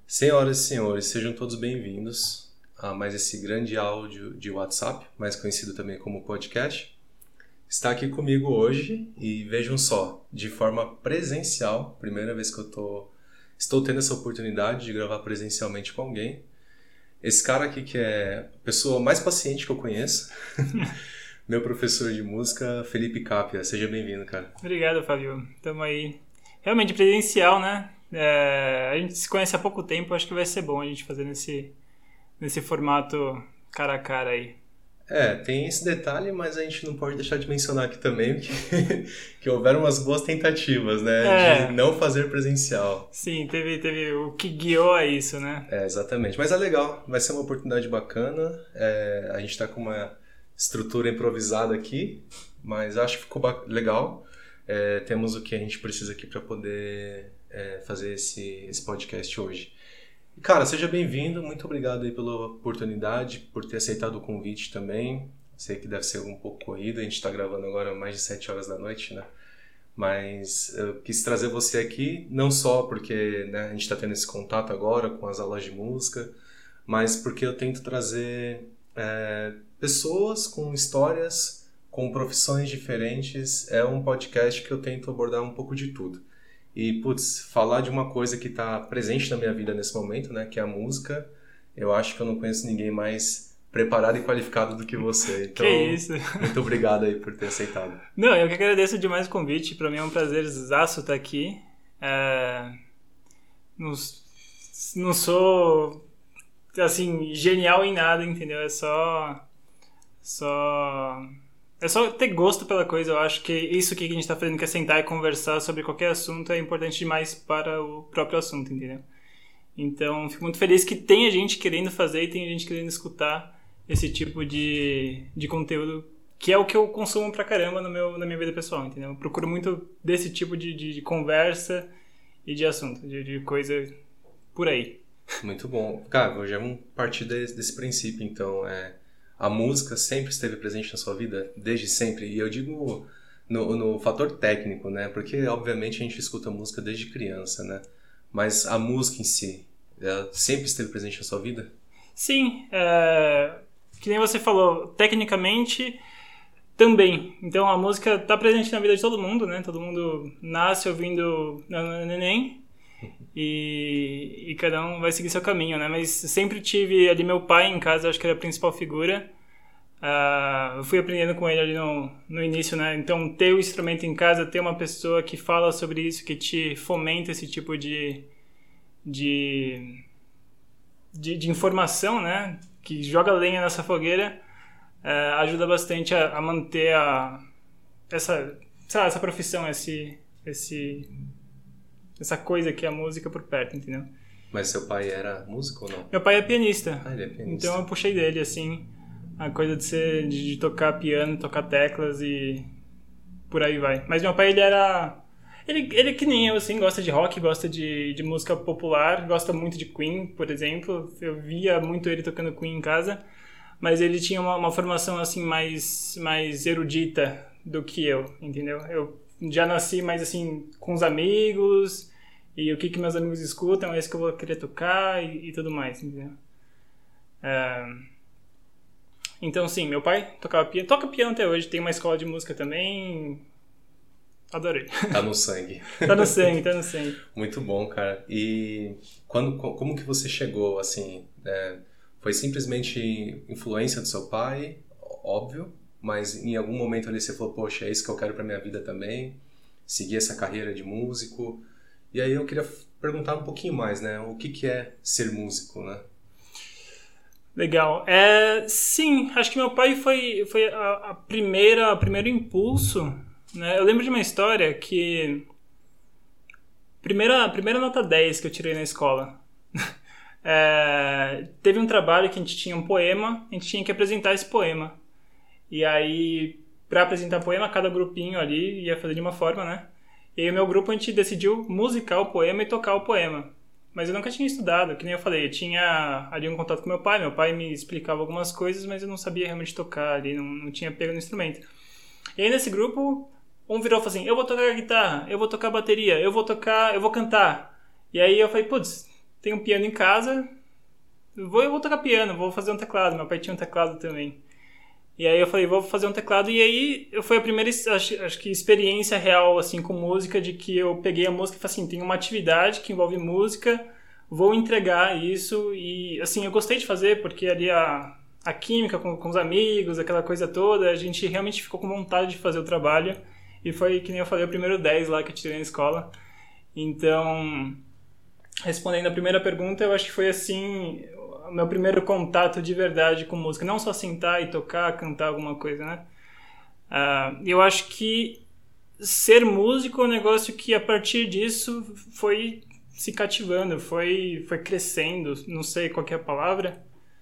Senhoras e senhores, sejam todos bem-vindos a mais esse grande áudio de WhatsApp, mais conhecido também como podcast. Está aqui comigo hoje e vejam só, de forma presencial, primeira vez que estou tendo essa oportunidade de gravar presencialmente com alguém. Esse cara aqui que é a pessoa mais paciente que eu conheço, meu professor de música, Felipe Capia. Seja bem-vindo, cara. Obrigado, Fábio. Estamos aí. Realmente presencial, né? A gente se conhece há pouco tempo, acho que vai ser bom a gente fazer nesse formato cara a cara aí. Tem esse detalhe, mas a gente não pode deixar de mencionar aqui também que houveram umas boas tentativas, né? De não fazer presencial. Sim, teve o que guiou a isso, né? Exatamente. Mas é legal, vai ser uma oportunidade bacana. A gente está com uma estrutura improvisada aqui, mas acho que ficou legal. Temos o que a gente precisa aqui para poder fazer esse podcast hoje. Cara, seja bem-vindo, muito obrigado aí pela oportunidade, por ter aceitado o convite também. Sei que deve ser um pouco corrido, a gente está gravando agora mais de 7 horas da noite, né? Mas eu quis trazer você aqui, não só porque, né, a gente está tendo esse contato agora com as aulas de música, mas porque eu tento trazer pessoas com histórias, com profissões diferentes. É um podcast que eu tento abordar um pouco de tudo. E, falar de uma coisa que está presente na minha vida nesse momento, né, que é a música, eu acho que eu não conheço ninguém mais preparado e qualificado do que você. Então, que isso! Muito obrigado aí por ter aceitado. Não, eu que agradeço demais o convite. Para mim é um prazerzaço estar aqui. Não sou, assim, genial em nada, entendeu? É só ter gosto pela coisa. Eu acho que isso que a gente está fazendo, que é sentar e conversar sobre qualquer assunto, é importante demais para o próprio assunto, entendeu? Então, fico muito feliz que tenha gente querendo fazer e tenha gente querendo escutar esse tipo de conteúdo, que é o que eu consumo pra caramba na minha vida pessoal, entendeu? Eu procuro muito desse tipo de conversa e de assunto, de coisa por aí. Muito bom. Cara, já vamos partir desse princípio, então. A música sempre esteve presente na sua vida? Desde sempre? E eu digo no fator técnico, né? Porque, obviamente, a gente escuta música desde criança, né? Mas a música em si, ela sempre esteve presente na sua vida? Sim. Que nem você falou, tecnicamente, também. Então, a música está presente na vida de todo mundo, né? Todo mundo nasce ouvindo neném. E cada um vai seguir seu caminho, né? Mas sempre tive ali meu pai em casa, acho que era a principal figura. Eu fui aprendendo com ele ali no início, né? Então, ter o instrumento em casa, ter uma pessoa que fala sobre isso, que te fomenta esse tipo de informação, né? Que joga lenha nessa fogueira, ajuda bastante a manter essa profissão, essa coisa que é a música por perto, entendeu? Mas seu pai era músico ou não? Meu pai é pianista. Ele é pianista. Então eu puxei dele, assim, a coisa de tocar piano, tocar teclas e por aí vai. Mas meu pai, ele é que nem eu, assim, gosta de rock, gosta de música popular, gosta muito de Queen, por exemplo. Eu via muito ele tocando Queen em casa, mas ele tinha uma formação, assim, mais erudita do que eu, entendeu? Eu já nasci mais assim com os amigos, e o que meus amigos escutam é isso que eu vou querer tocar e tudo mais, entendeu? Então sim, meu pai toca piano até hoje, tem uma escola de música também, adorei. Tá no sangue. Tá no sangue. Muito bom, cara. E como que você chegou, assim, foi simplesmente influência do seu pai, óbvio, mas em algum momento ali você falou, poxa, é isso que eu quero pra minha vida também, seguir essa carreira de músico. E aí eu queria perguntar um pouquinho mais, né? O que é ser músico, né? Legal. Sim, acho que meu pai foi o primeiro impulso, né? Eu lembro de uma história que primeira nota 10 que eu tirei na escola. Teve um trabalho que a gente tinha um poema, a gente tinha que apresentar esse poema. E aí, para apresentar poema, cada grupinho ali ia fazer de uma forma, né? E aí o meu grupo, a gente decidiu musicar o poema e tocar o poema. Mas eu nunca tinha estudado, que nem eu falei, eu tinha ali um contato com meu pai me explicava algumas coisas, mas eu não sabia realmente tocar ali, não tinha pego no instrumento. E aí nesse grupo, um virou e falou assim, eu vou tocar guitarra, eu vou tocar bateria, eu vou cantar. E aí eu falei, tenho um piano em casa, eu vou tocar piano, vou fazer um teclado. Meu pai tinha um teclado também. E aí eu falei, vou fazer um teclado. E aí foi a primeira, acho que experiência real, assim, com música, de que eu peguei a música e falei assim, tem uma atividade que envolve música, vou entregar isso. E, assim, eu gostei de fazer, porque ali a química com os amigos, aquela coisa toda, a gente realmente ficou com vontade de fazer o trabalho. E foi, que nem eu falei, o primeiro 10 lá que eu tirei na escola. Então, respondendo a primeira pergunta, eu acho que foi assim, o meu primeiro contato de verdade com música. Não só sentar e tocar, cantar alguma coisa, né? Eu acho que ser músico é um negócio que a partir disso foi se cativando, foi crescendo, não sei qual que é a palavra,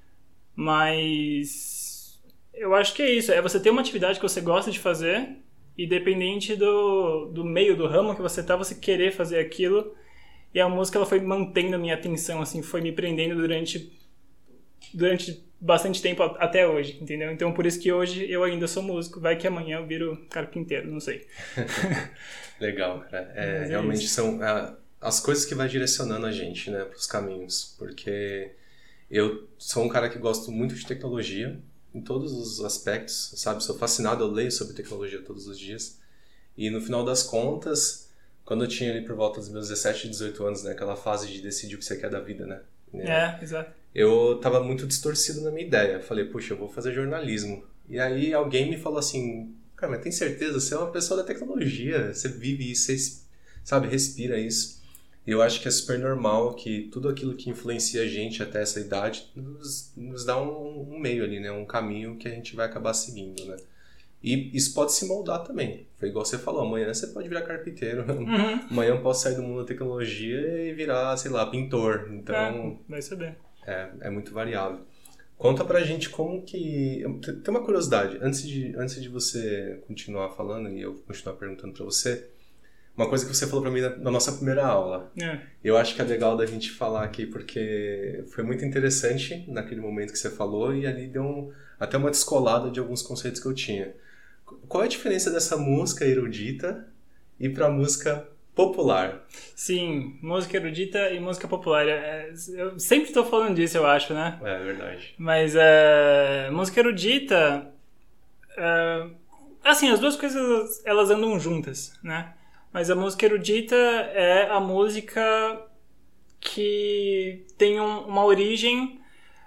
mas eu acho que é isso, é você ter uma atividade que você gosta de fazer, independente do meio, do ramo que você tá, você querer fazer aquilo. E a música, ela foi mantendo a minha atenção, assim, foi me prendendo durante bastante tempo até hoje, entendeu? Então, por isso que hoje eu ainda sou músico. Vai que amanhã eu viro carpinteiro, não sei. Legal, cara. Realmente são as coisas que vai direcionando a gente, né, pros caminhos. Porque eu sou um cara que gosto muito de tecnologia, em todos os aspectos, sabe? Sou fascinado, eu leio sobre tecnologia todos os dias. E no final das contas, quando eu tinha ali por volta dos meus 17, 18 anos, né? Aquela fase de decidir o que você quer da vida, né? Exato. Eu tava muito distorcido na minha ideia. Falei, puxa, eu vou fazer jornalismo. E aí alguém me falou assim, cara, mas tem certeza? Você é uma pessoa da tecnologia, você vive isso, você, sabe, respira isso. E eu acho que é super normal que tudo aquilo que influencia a gente até essa idade nos dá um meio ali, né? Um caminho que a gente vai acabar seguindo, né? E isso pode se moldar também. Foi igual você falou, amanhã você pode virar carpinteiro. Uhum. Amanhã eu posso sair do mundo da tecnologia e virar, sei lá, pintor. Então, vai saber. É muito variável. Conta pra gente como que... Tem uma curiosidade. Antes de você continuar falando e eu continuar perguntando pra você, uma coisa que você falou pra mim na nossa primeira aula. Eu acho que é legal da gente falar aqui, porque foi muito interessante naquele momento que você falou e ali deu até uma descolada de alguns conceitos que eu tinha. Qual é a diferença dessa música erudita e pra música popular? Sim, música erudita e música popular. Eu sempre estou falando disso, eu acho, né? É verdade. Mas música erudita... assim, as duas coisas, elas andam juntas, né? Mas a música erudita é a música que tem uma origem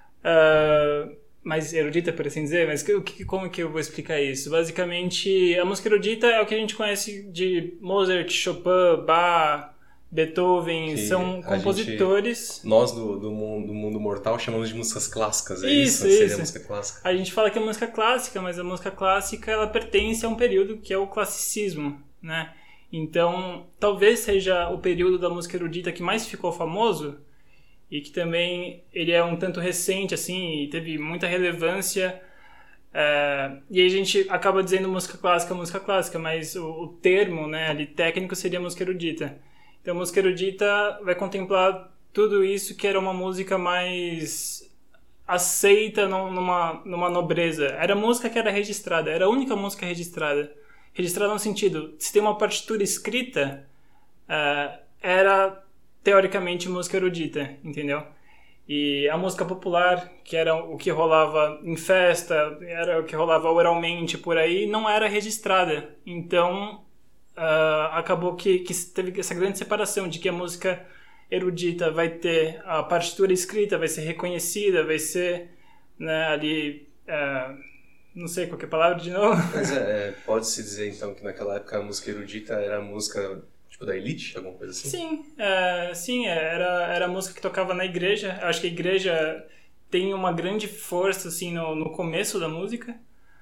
mais erudita, por assim dizer. Mas como que eu vou explicar isso? Basicamente, a música erudita é o que a gente conhece de Mozart, Chopin, Bach, Beethoven. Que são compositores... nós do mundo mortal chamamos de músicas clássicas, é isso? Seria a música clássica. A gente fala que é música clássica, mas a música clássica ela pertence a um período que é o classicismo, né? Então, talvez seja o período da música erudita que mais ficou famoso e que também ele é um tanto recente, assim, e teve muita relevância. E aí a gente acaba dizendo música clássica, mas o termo, né, ali técnico seria música erudita. Então, a música erudita vai contemplar tudo isso que era uma música mais aceita numa nobreza. Era música que era registrada, era a única música registrada. Registrada no sentido, se tem uma partitura escrita, era teoricamente música erudita, entendeu? E a música popular, que era o que rolava em festa, era o que rolava oralmente por aí, não era registrada. Então, acabou que teve essa grande separação de que a música erudita vai ter a partitura escrita, vai ser reconhecida, vai ser, né, ali... não sei qual que é a palavra de novo. Mas pode-se dizer então que naquela época a música erudita era a música tipo da elite, alguma coisa assim? Sim, era a música que tocava na igreja. Acho que a igreja tem uma grande força assim no começo da música,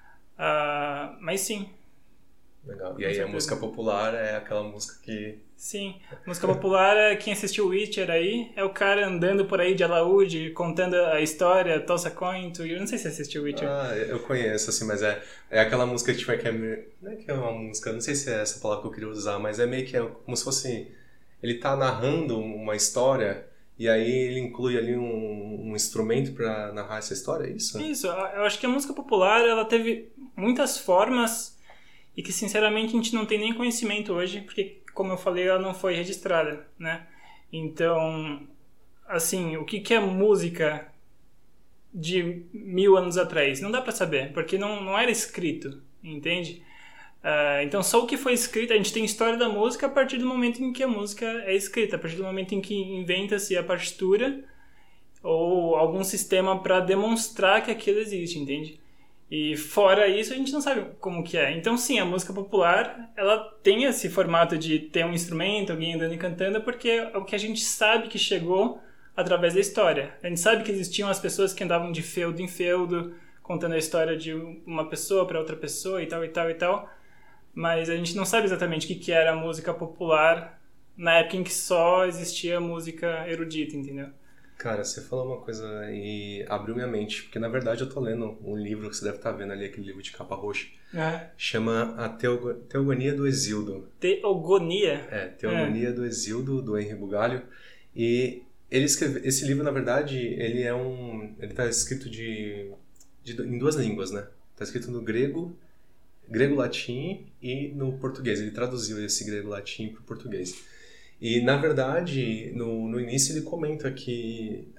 mas sim. Legal. E aí a música popular é aquela música que... Sim, música popular, quem assistiu Witcher aí, é o cara andando por aí de alaúde, contando a história, toss a coin to you. Eu não sei se você assistiu Witcher. Eu conheço, assim, mas é aquela música que, tipo, não é que é uma música, não sei se é essa palavra que eu queria usar, mas é meio que como se fosse... Ele tá narrando uma história e aí ele inclui ali um instrumento pra narrar essa história, é isso? Isso, eu acho que a música popular, ela teve muitas formas e que, sinceramente, a gente não tem nem conhecimento hoje, porque, como eu falei, ela não foi registrada, né? Então, assim, o que é música de 1000 anos atrás? Não dá pra saber, porque não era escrito, entende? Então só o que foi escrito, a gente tem história da música a partir do momento em que a música é escrita, a partir do momento em que inventa-se a partitura ou algum sistema para demonstrar que aquilo existe, entende? E fora isso a gente não sabe como que é. Então sim, a música popular, ela tem esse formato de ter um instrumento, alguém andando e cantando, porque é o que a gente sabe que chegou através da história. A gente sabe que existiam as pessoas que andavam de feudo em feudo, contando a história de uma pessoa para outra pessoa e tal e tal e tal. Mas a gente não sabe exatamente o que era a música popular na época em que só existia música erudita, entendeu? Cara, você falou uma coisa e abriu minha mente, porque na verdade eu tô lendo um livro que você deve estar vendo ali, aquele livro de capa roxa. Chama A Teogonia do Exildo. Teogonia? Teogonia do Exildo, do Henri Bugalho. E ele esse livro, na verdade, ele tá escrito em 2 línguas, né? Tá escrito no grego-latim e no português. Ele traduziu esse grego-latim para o português. E, na verdade, no início ele comenta que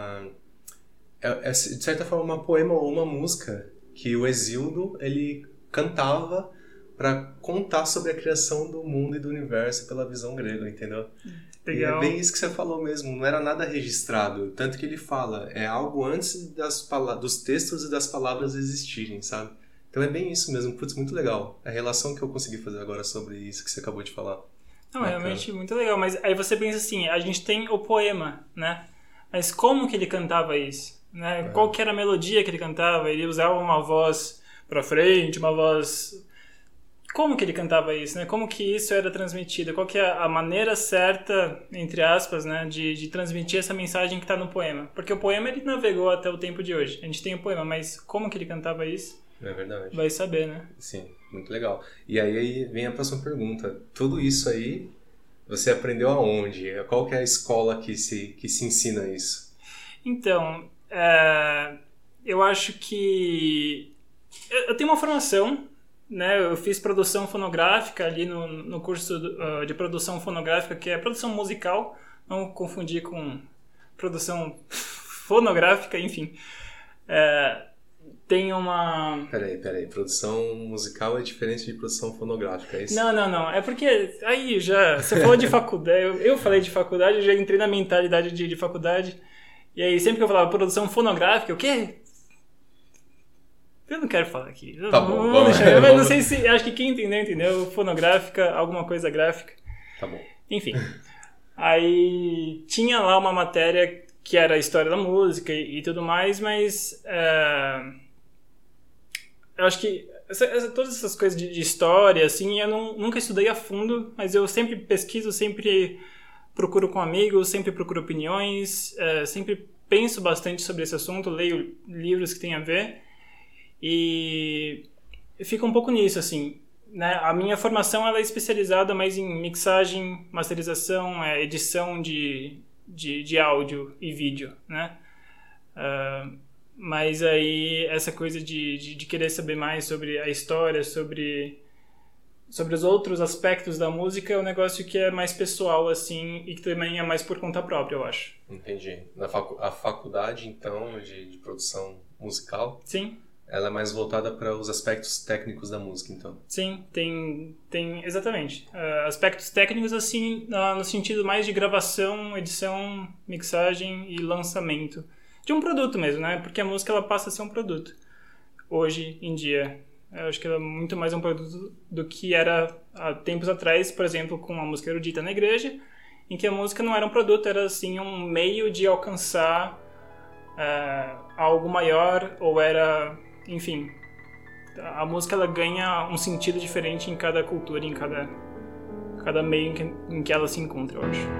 é, de certa forma, uma poema ou uma música que o Exildo ele cantava para contar sobre a criação do mundo e do universo pela visão grega, entendeu? Legal. E é bem isso que você falou mesmo, não era nada registrado. Tanto que ele fala, é algo antes dos textos e das palavras existirem, sabe? Então é bem isso mesmo, putz, muito legal. A relação que eu consegui fazer agora sobre isso que você acabou de falar. Não, realmente muito legal, mas aí você pensa assim, a gente tem o poema, né? Mas como que ele cantava isso? Né? Qual que era a melodia que ele cantava? Ele usava uma voz pra frente, uma voz... Como que ele cantava isso, né? Como que isso era transmitido? Qual que é a maneira certa, entre aspas, né, de transmitir essa mensagem que está no poema? Porque o poema ele navegou até o tempo de hoje. A gente tem o poema, mas como que ele cantava isso? É verdade. Vai saber, né? Sim, muito legal. E aí vem a próxima pergunta. Tudo isso aí, você aprendeu aonde? Qual que é a escola que se ensina isso? Então, eu acho que... Eu tenho uma formação, né? Eu fiz produção fonográfica ali no curso de produção fonográfica, que é produção musical, não confundir com produção fonográfica, enfim. Tem uma... Peraí. Produção musical é diferente de produção fonográfica, é isso? Não. É porque aí já... Você falou de faculdade, eu falei de faculdade, eu já entrei na mentalidade de faculdade. E aí sempre que eu falava produção fonográfica, o quê? Eu não quero falar aqui. Tá bom, vamos deixar. Mas não sei se... Acho que quem entendeu. Fonográfica, alguma coisa gráfica. Tá bom. Enfim. Aí tinha lá uma matéria que era a história da música e tudo mais, mas... eu acho que todas essas coisas de história, assim, eu nunca estudei a fundo, mas eu sempre pesquiso, sempre procuro com amigos, sempre procuro opiniões, sempre penso bastante sobre esse assunto, leio livros que têm a ver. E fica um pouco nisso, assim, né? A minha formação ela é especializada mais em mixagem, masterização, edição de áudio e vídeo, né? Mas aí essa coisa de querer saber mais sobre a história, sobre os outros aspectos da música é um negócio que é mais pessoal, assim, e que também é mais por conta própria, eu acho. Entendi. A faculdade, então, de produção musical... Sim. Ela é mais voltada para os aspectos técnicos da música, então. Sim, tem exatamente. Aspectos técnicos, assim, no sentido mais de gravação, edição, mixagem e lançamento. De um produto mesmo, né? Porque a música, ela passa a ser um produto. Hoje em dia. Eu acho que ela é muito mais um produto do que era há tempos atrás, por exemplo, com a música erudita na igreja, em que a música não era um produto, era, assim, um meio de alcançar algo maior, ou era... Enfim, a música ela ganha um sentido diferente em cada cultura, em cada meio em que ela se encontra, eu acho.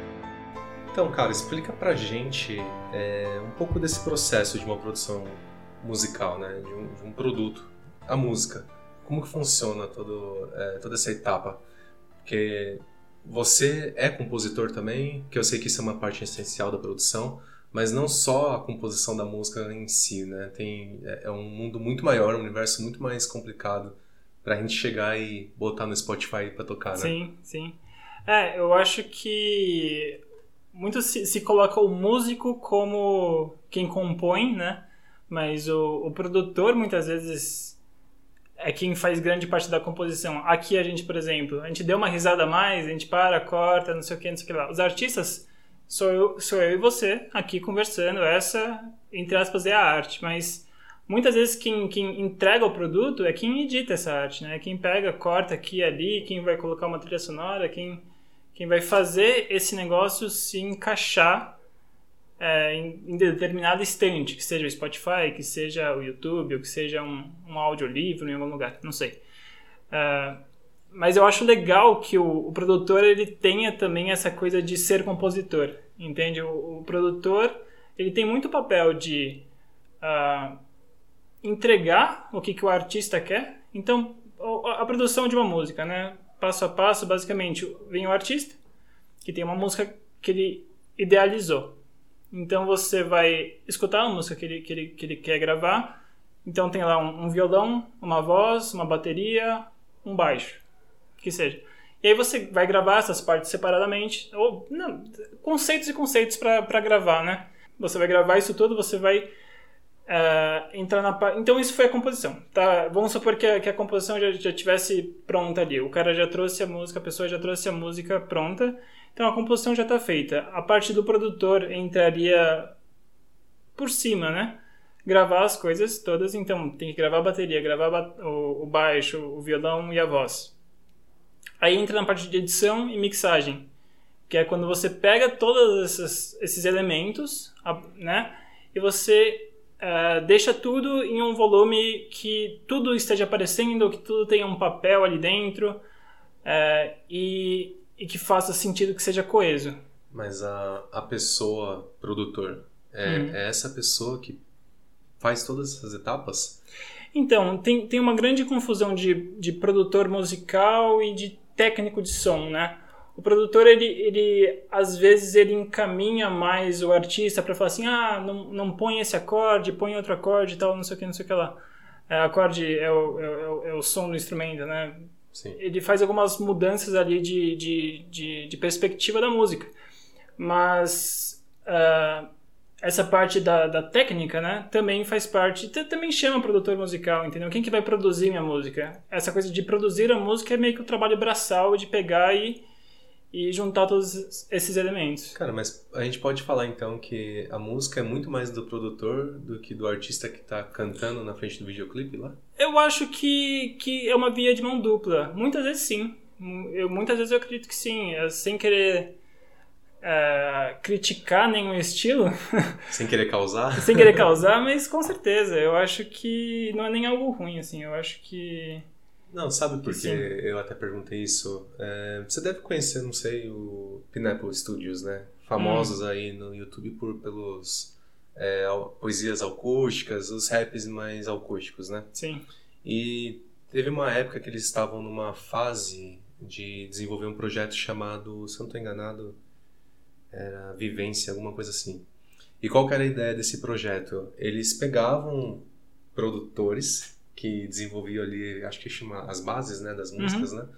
Então, cara, explica pra gente um pouco desse processo de uma produção musical, né? De um produto. A música. Como que funciona toda essa etapa? Porque você é compositor também, que eu sei que isso é uma parte essencial da produção, mas não só a composição da música em si, né? É um mundo muito maior, um universo muito mais complicado pra gente chegar e botar no Spotify pra tocar, né? Sim, sim. Eu acho que muito se coloca o músico como quem compõe, né? Mas o produtor, muitas vezes, é quem faz grande parte da composição. Aqui a gente, por exemplo, a gente deu uma risada a mais, a gente para, corta, não sei o que lá. Os artistas, sou eu e você aqui conversando, essa, entre aspas, é a arte. Mas muitas vezes quem entrega o produto é quem edita essa arte, né? Quem pega, corta aqui e ali, quem vai colocar uma trilha sonora, quem vai fazer esse negócio se encaixar em determinada estante, que seja o Spotify, que seja o YouTube, ou que seja um audiolivro em algum lugar, não sei. Mas eu acho legal que o produtor ele tenha também essa coisa de ser compositor, entende? O produtor ele tem muito papel de entregar o que o artista quer. Então, a produção de uma música, né? Passo a passo, basicamente, vem o artista, que tem uma música que ele idealizou. Então você vai escutar a música que ele quer gravar. Então tem lá um violão, uma voz, uma bateria, um baixo, que seja. E aí você vai gravar essas partes separadamente, ou não, conceitos e conceitos para gravar, né? Você vai gravar isso tudo, você vai entrar na parte. Então isso foi a composição, tá? Vamos supor que a composição já tivesse pronta ali. O cara já trouxe a música, a pessoa já trouxe a música pronta. Então a composição já está feita. A parte do produtor entraria por cima, né? Gravar as coisas todas. Então tem que gravar a bateria, gravar o baixo, o violão e a voz. Aí entra na parte de edição e mixagem, que é quando você pega todos esses elementos, né? E você deixa tudo em um volume que tudo esteja aparecendo, que tudo tenha um papel ali dentro e que faça sentido, que seja coeso. Mas a pessoa produtor é essa pessoa que faz todas essas etapas? Então, tem uma grande confusão de produtor musical e de técnico de som, né? O produtor, ele às vezes ele encaminha mais o artista para falar assim, não põe esse acorde, põe outro acorde e tal, não sei o que lá. Acorde é o som do instrumento, né? Sim. Ele faz algumas mudanças ali de perspectiva da música. Mas essa parte da técnica, né, também faz parte, também chama produtor musical, entendeu? Quem que vai produzir minha música? Essa coisa de produzir a música é meio que o trabalho braçal de pegar e juntar todos esses elementos. Cara, mas a gente pode falar então que a música é muito mais do produtor do que do artista que tá cantando na frente do videoclipe lá? Eu acho que é uma via de mão dupla. Muitas vezes sim. Muitas vezes eu acredito que sim. Sem querer criticar nenhum estilo. Sem querer causar? Sem querer causar, mas com certeza. Eu acho que não é nem algo ruim, assim. Eu acho que... Não, sabe por que eu até perguntei isso? Você deve conhecer, não sei, o Pineapple Studios, né? Famosos aí no YouTube pelos poesias acústicas, os raps mais acústicos, né? Sim. E teve uma época que eles estavam numa fase de desenvolver um projeto chamado, se eu não estou enganado, era Vivência, alguma coisa assim. E qual que era a ideia desse projeto? Eles pegavam produtores que desenvolviam ali, acho que chama as bases, né, das músicas, né?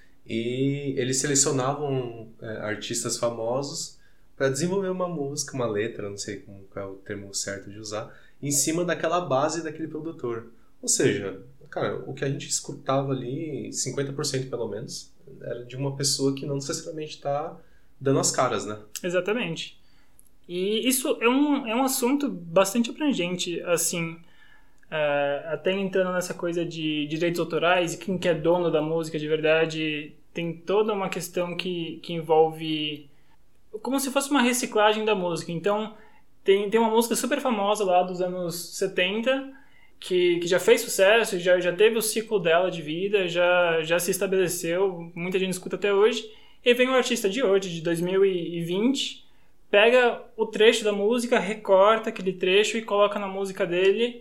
E eles selecionavam artistas famosos para desenvolver uma música, uma letra, não sei qual é o termo certo de usar, em cima daquela base daquele produtor. Ou seja, cara, o que a gente escutava ali, 50% pelo menos, era de uma pessoa que não necessariamente está dando as caras, né? Exatamente. E isso é um assunto bastante abrangente, assim... até entrando nessa coisa de direitos autorais e quem que é dono da música de verdade, tem toda uma questão que envolve como se fosse uma reciclagem da música. Então tem uma música super famosa lá dos anos 70 que já fez sucesso, já teve o ciclo dela de vida, já se estabeleceu, muita gente escuta até hoje, e vem um artista de hoje, de 2020, pega o trecho da música, recorta aquele trecho e coloca na música dele.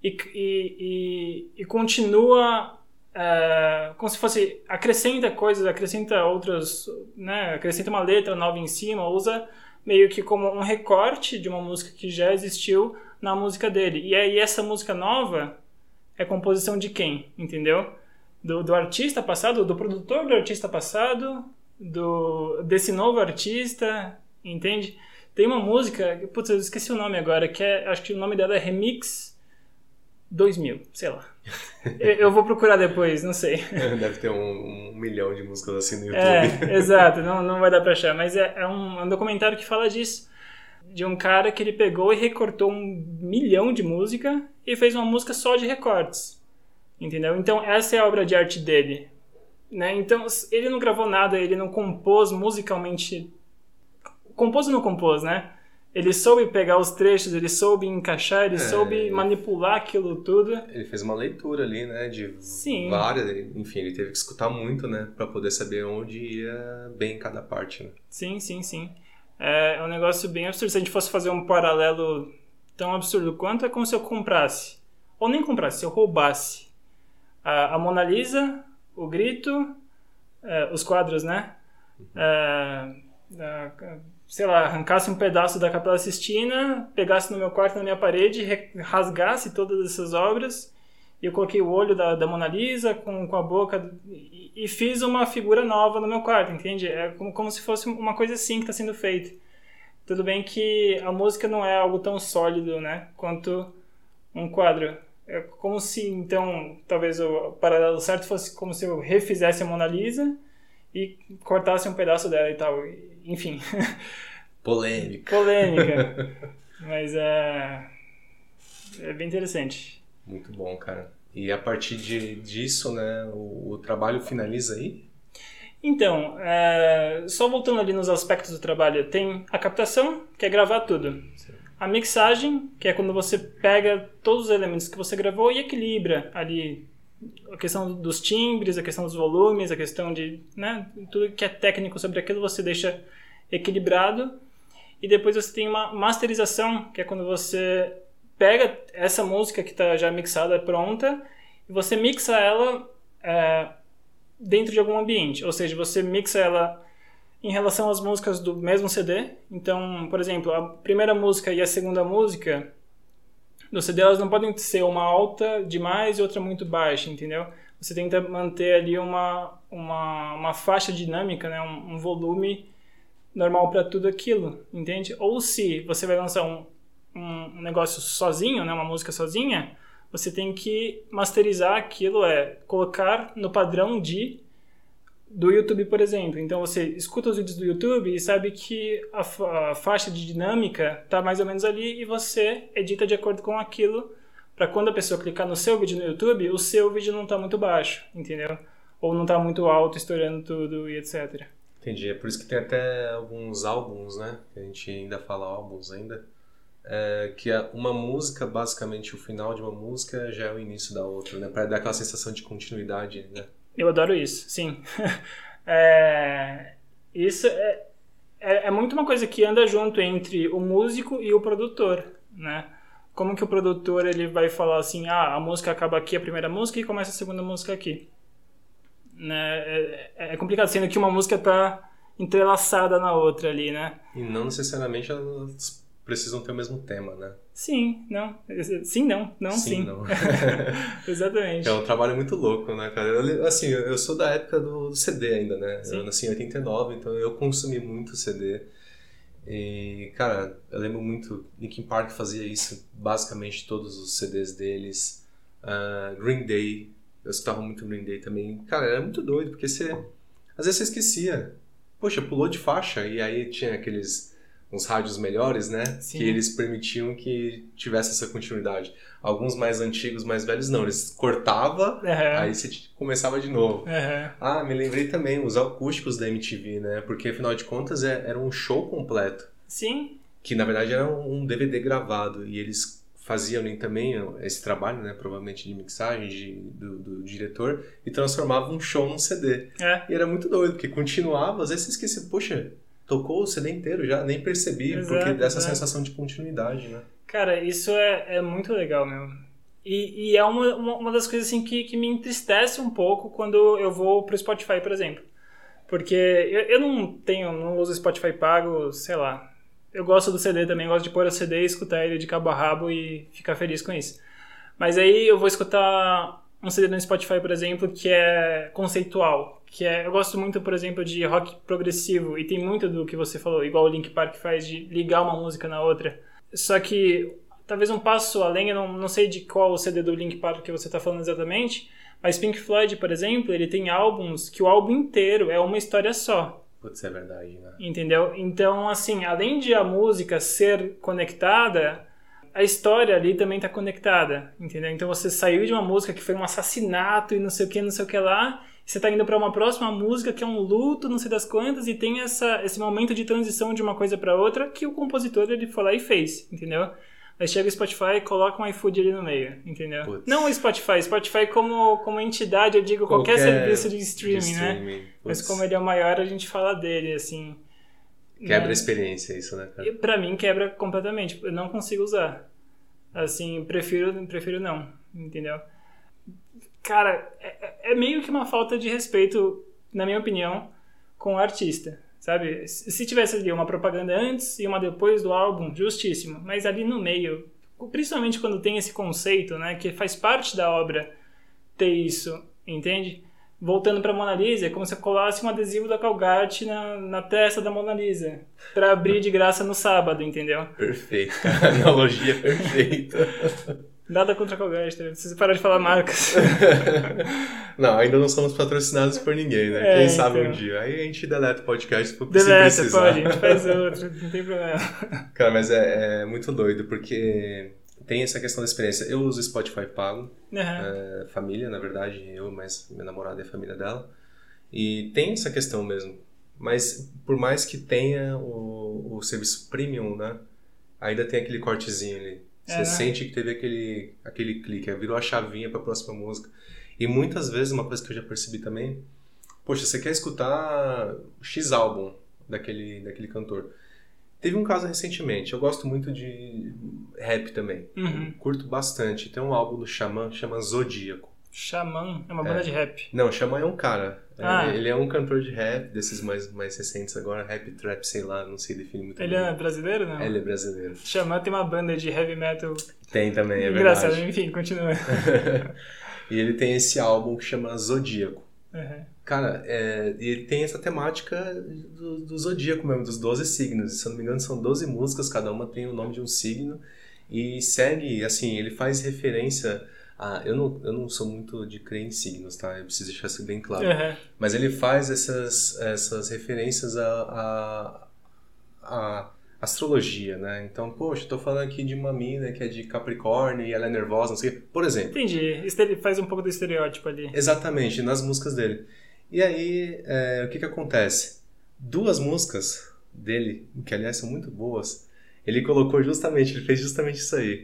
e continua como se fosse, acrescenta coisas, acrescenta outras, né, acrescenta uma letra nova em cima, usa meio que como um recorte de uma música que já existiu na música dele. E aí essa música nova é composição de quem, entendeu? Do artista passado, do produtor do artista passado, desse novo artista, entende? Tem uma música, putz, eu esqueci o nome agora, que acho que o nome dela é Remix 2000, sei lá. Eu vou procurar depois, não sei. Deve ter um milhão de músicas assim no YouTube. Exato, não vai dar pra achar, mas é um documentário que fala disso, de um cara que ele pegou e recortou 1 milhão de música e fez uma música só de recortes, entendeu? Então essa é a obra de arte dele, né? Então ele não gravou nada, ele não compôs musicalmente, compôs ou não compôs, né? Ele soube pegar os trechos, ele soube encaixar, ele soube manipular aquilo tudo. Ele fez uma leitura ali, né, de Sim. várias, enfim, ele teve que escutar muito, né, pra poder saber onde ia bem cada parte, né. Sim. É um negócio bem absurdo. Se a gente fosse fazer um paralelo tão absurdo quanto, é como se eu comprasse, ou nem comprasse, se eu roubasse a Mona Lisa, o Grito, os quadros, né, sei lá, arrancasse um pedaço da Capela Sistina, pegasse no meu quarto, na minha parede, rasgasse todas essas obras, e eu coloquei o olho da Mona Lisa com a boca, e fiz uma figura nova no meu quarto, entende? É como se fosse uma coisa assim que está sendo feita. Tudo bem que a música não é algo tão sólido, né, quanto um quadro. É como se, então, talvez o paralelo certo fosse como se eu refizesse a Mona Lisa e cortasse um pedaço dela e tal. Enfim. Polêmica. Mas é bem interessante. Muito bom, cara. E a partir disso, né, o trabalho finaliza aí? Então, só voltando ali nos aspectos do trabalho, tem a captação, que é gravar tudo. Sim. A mixagem, que é quando você pega todos os elementos que você gravou e equilibra ali a questão dos timbres, a questão dos volumes, a questão de, né, tudo que é técnico sobre aquilo você deixa equilibrado. E depois você tem uma masterização, que é quando você pega essa música que está já mixada, pronta, e você mixa ela dentro de algum ambiente. Ou seja, você mixa ela em relação às músicas do mesmo CD. Então, por exemplo, a primeira música e a segunda música no CD, elas não podem ser uma alta demais e outra muito baixa, entendeu? Você tenta manter ali uma faixa dinâmica, né? Um volume normal para tudo aquilo, entende? Ou se você vai lançar um negócio sozinho, né? Uma música sozinha, você tem que masterizar aquilo, colocar no padrão do YouTube, por exemplo. Então você escuta os vídeos do YouTube e sabe que a faixa de dinâmica está mais ou menos ali e você edita de acordo com aquilo para quando a pessoa clicar no seu vídeo no YouTube, o seu vídeo não está muito baixo, entendeu? Ou não está muito alto, estourando tudo e etc. Entendi. É por isso que tem até alguns álbuns, né? Que a gente ainda fala álbuns ainda. Que uma música, basicamente o final de uma música já é o início da outra, né? Para dar aquela sensação de continuidade, né? Eu adoro isso, sim. Isso é muito uma coisa que anda junto entre o músico e o produtor, né? Como que o produtor ele vai falar assim, a música acaba aqui, a primeira música, e começa a segunda música aqui. Né? É complicado, sendo que uma música está entrelaçada na outra ali, né? E não necessariamente elas precisam ter o mesmo tema, né? Sim, não. Sim, não. Não, sim. Não. Exatamente. É um trabalho muito louco, né, cara? Eu sou da época do CD ainda, né? Sim. Eu nasci em 89, então eu consumi muito CD. E, cara, eu lembro muito, Linkin Park fazia isso, basicamente todos os CDs deles. Green Day, eu escutava muito Green Day também. Cara, era muito doido, porque às vezes você esquecia. Poxa, pulou de faixa, e aí tinha uns rádios melhores, né? Sim. Que eles permitiam que tivesse essa continuidade. Alguns mais antigos, mais velhos, não. Eles cortavam, aí você começava de novo. Me lembrei também, os acústicos da MTV, né? Porque, afinal de contas, era um show completo. Sim. Que, na verdade, era um DVD gravado. E eles faziam também esse trabalho, né? Provavelmente de mixagem do diretor. E transformavam um show num CD. E era muito doido, porque continuava. Às vezes você esquecia, poxa, tocou o CD inteiro já, nem percebi, porque dessa sensação de continuidade, né? Cara, isso é muito legal, meu. E é uma das coisas assim que me entristece um pouco quando eu vou pro Spotify, por exemplo. Porque eu não uso Spotify pago, sei lá. Eu gosto do CD também, gosto de pôr o CD e escutar ele de cabo a rabo e ficar feliz com isso. Mas aí eu vou escutar um CD no Spotify, por exemplo, que é conceitual. Eu gosto muito, por exemplo, de rock progressivo, e tem muito do que você falou, igual o Linkin Park faz, de ligar uma música na outra. Só que talvez um passo além, eu não sei de qual o CD do Linkin Park que você está falando exatamente, mas Pink Floyd, por exemplo, ele tem álbuns que o álbum inteiro é uma história só. Putz, é verdade, né? Entendeu? Então, assim, além de a música ser conectada, a história ali também está conectada, entendeu? Então você saiu de uma música que foi um assassinato e não sei o que lá, e você está indo para uma próxima música que é um luto, não sei das quantas, e tem esse momento de transição de uma coisa para outra que o compositor ele foi lá e fez, entendeu? Aí chega o Spotify e coloca um iFood ali no meio, entendeu? Putz. Não o Spotify como entidade, eu digo qualquer serviço de streaming, né? Putz. Mas como ele é o maior, a gente fala dele, assim... Quebra a experiência isso, né, cara? E pra mim quebra completamente, eu não consigo usar. Assim, prefiro não, entendeu? Cara, é meio que uma falta de respeito, na minha opinião, com o artista. Sabe? Se tivesse ali uma propaganda antes e uma depois do álbum, justíssimo. Mas ali no meio, principalmente quando tem esse conceito, né, que faz parte da obra ter isso, entende? Voltando pra Mona Lisa, é como se eu colasse um adesivo da Colgate na testa da Mona Lisa, pra abrir de graça no sábado, entendeu? Perfeito, cara. Analogia perfeita. Nada contra a Colgate, tá? Precisa parar de falar marcas. Não, ainda não somos patrocinados por ninguém, né? Quem sabe um dia. Aí a gente deleta o podcast se precisar. Pode, a gente faz outro, não tem problema. Cara, mas é muito doido, porque tem essa questão da experiência. Eu uso Spotify pago, família, na verdade, mas minha namorada é a família dela. E tem essa questão mesmo. Mas por mais que tenha o serviço premium, né? Ainda tem aquele cortezinho ali. Você sente que teve aquele clique, virou a chavinha para a próxima música. E muitas vezes, uma coisa que eu já percebi também, poxa, você quer escutar X álbum daquele cantor. Teve um caso recentemente, eu gosto muito de rap também. Curto bastante. Tem um álbum do Xamã, chama Zodíaco. Xamã? É uma banda de rap? Não, Xamã é um cara. Ele é um cantor de rap, desses mais recentes agora, rap, trap, sei lá, não sei definir muito bem. Ele é brasileiro, não? Ele é brasileiro. Xamã tem uma banda de heavy metal. Tem também, é engraçado, verdade. Enfim, continua. E ele tem esse álbum que chama Zodíaco. Cara, ele tem essa temática do zodíaco mesmo, dos 12 signos. Se eu não me engano, são 12 músicas, cada uma tem o nome de um signo. E segue, assim, ele faz referência... Eu não sou muito de crer em signos, tá? Eu preciso deixar isso bem claro. Mas ele faz essas referências à astrologia, né? Então, poxa, tô falando aqui de uma mina que é de Capricórnio e ela é nervosa, não sei o quê. Por exemplo. Entendi. Ele faz um pouco do estereótipo ali. Exatamente, nas músicas dele. E aí, o que acontece? 2 músicas dele, que aliás são muito boas, ele fez justamente isso aí.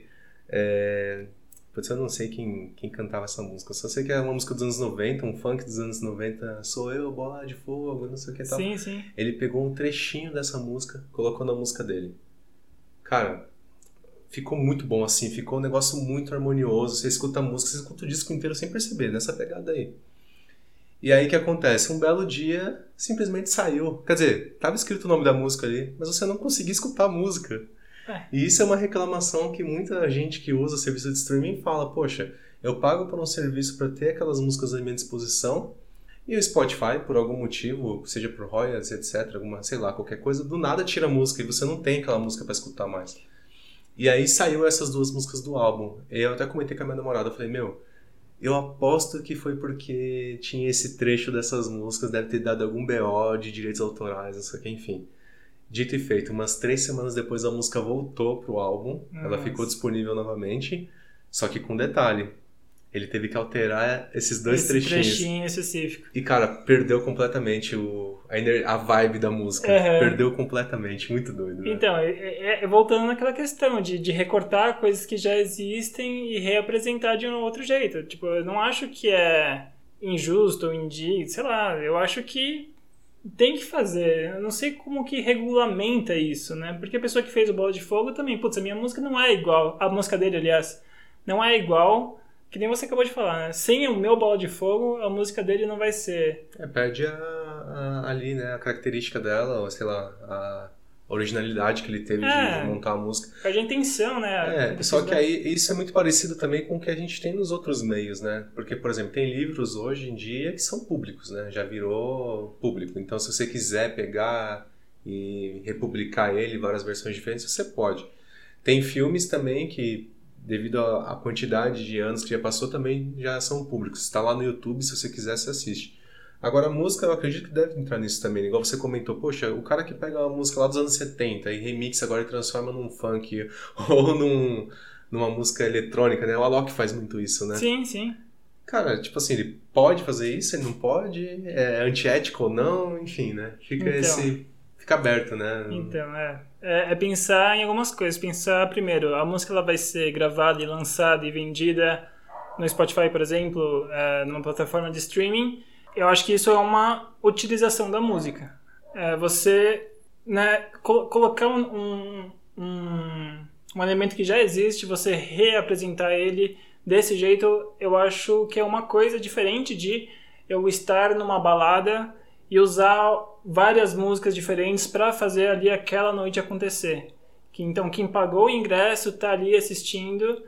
Eu não sei quem cantava essa música. Eu só sei que é uma música dos anos 90, um funk dos anos 90. Sou eu, bola de fogo, não sei o que tal. Sim. Ele pegou um trechinho dessa música, colocou na música dele. Cara, ficou muito bom assim. Ficou um negócio muito harmonioso. Você escuta a música, você escuta o disco inteiro sem perceber, nessa pegada aí. E aí o que acontece? Um belo dia, simplesmente saiu. Quer dizer, tava escrito o nome da música ali, mas você não conseguia escutar a música. E isso é uma reclamação que muita gente que usa serviço de streaming fala, poxa, eu pago por um serviço para ter aquelas músicas à minha disposição e o Spotify, por algum motivo, seja por royalties, etc, sei lá, qualquer coisa, do nada tira a música e você não tem aquela música para escutar mais. E aí saiu essas 2 músicas do álbum. E eu até comentei com a minha namorada, eu falei, eu aposto que foi porque tinha esse trecho dessas músicas, deve ter dado algum BO de direitos autorais, não sei o que, enfim. Dito e feito, umas 3 semanas depois a música voltou pro álbum, ela ficou disponível novamente, só que com detalhe, ele teve que alterar esses 2 trechinhos. Esse trechinho específico. E cara, perdeu completamente a vibe da música, perdeu completamente, muito doido. Né? Então, voltando naquela questão de recortar coisas que já existem e reapresentar de um outro jeito. Tipo, eu não acho que é injusto ou indigno, sei lá, eu acho que tem que fazer. Eu não sei como que regulamenta isso, né? Porque a pessoa que fez o Bola de Fogo também, putz, a minha música não é igual, a música dele, aliás, não é igual, que nem você acabou de falar, né? Sem o meu Bola de Fogo, a música dele não vai ser... Perde ali, né, a característica dela, ou sei lá, a originalidade que ele teve de montar a música. Perde a intenção, né? Só que aí isso é muito parecido também com o que a gente tem nos outros meios, né? Porque, por exemplo, tem livros hoje em dia que são públicos, né? Já virou público. Então, se você quiser pegar e republicar ele em várias versões diferentes, você pode. Tem filmes também que, devido à quantidade de anos que já passou, também já são públicos. Está lá no YouTube, se você quiser, você assiste. Agora, a música, eu acredito que deve entrar nisso também. Igual você comentou, poxa, o cara que pega uma música lá dos anos 70 e remixa agora e transforma num funk ou numa música eletrônica, né? O Alok faz muito isso, né? Sim, sim. Cara, tipo assim, ele pode fazer isso, ele não pode, é antiético ou não, enfim, né? Fica aberto, né? Então, é pensar em algumas coisas. Pensar, primeiro, a música ela vai ser gravada e lançada e vendida no Spotify, por exemplo, numa plataforma de streaming. Eu acho que isso é uma utilização da música. Você, né, colocar um elemento que já existe, você reapresentar ele desse jeito, eu acho que é uma coisa diferente de eu estar numa balada e usar várias músicas diferentes para fazer ali aquela noite acontecer. Então, quem pagou o ingresso está ali assistindo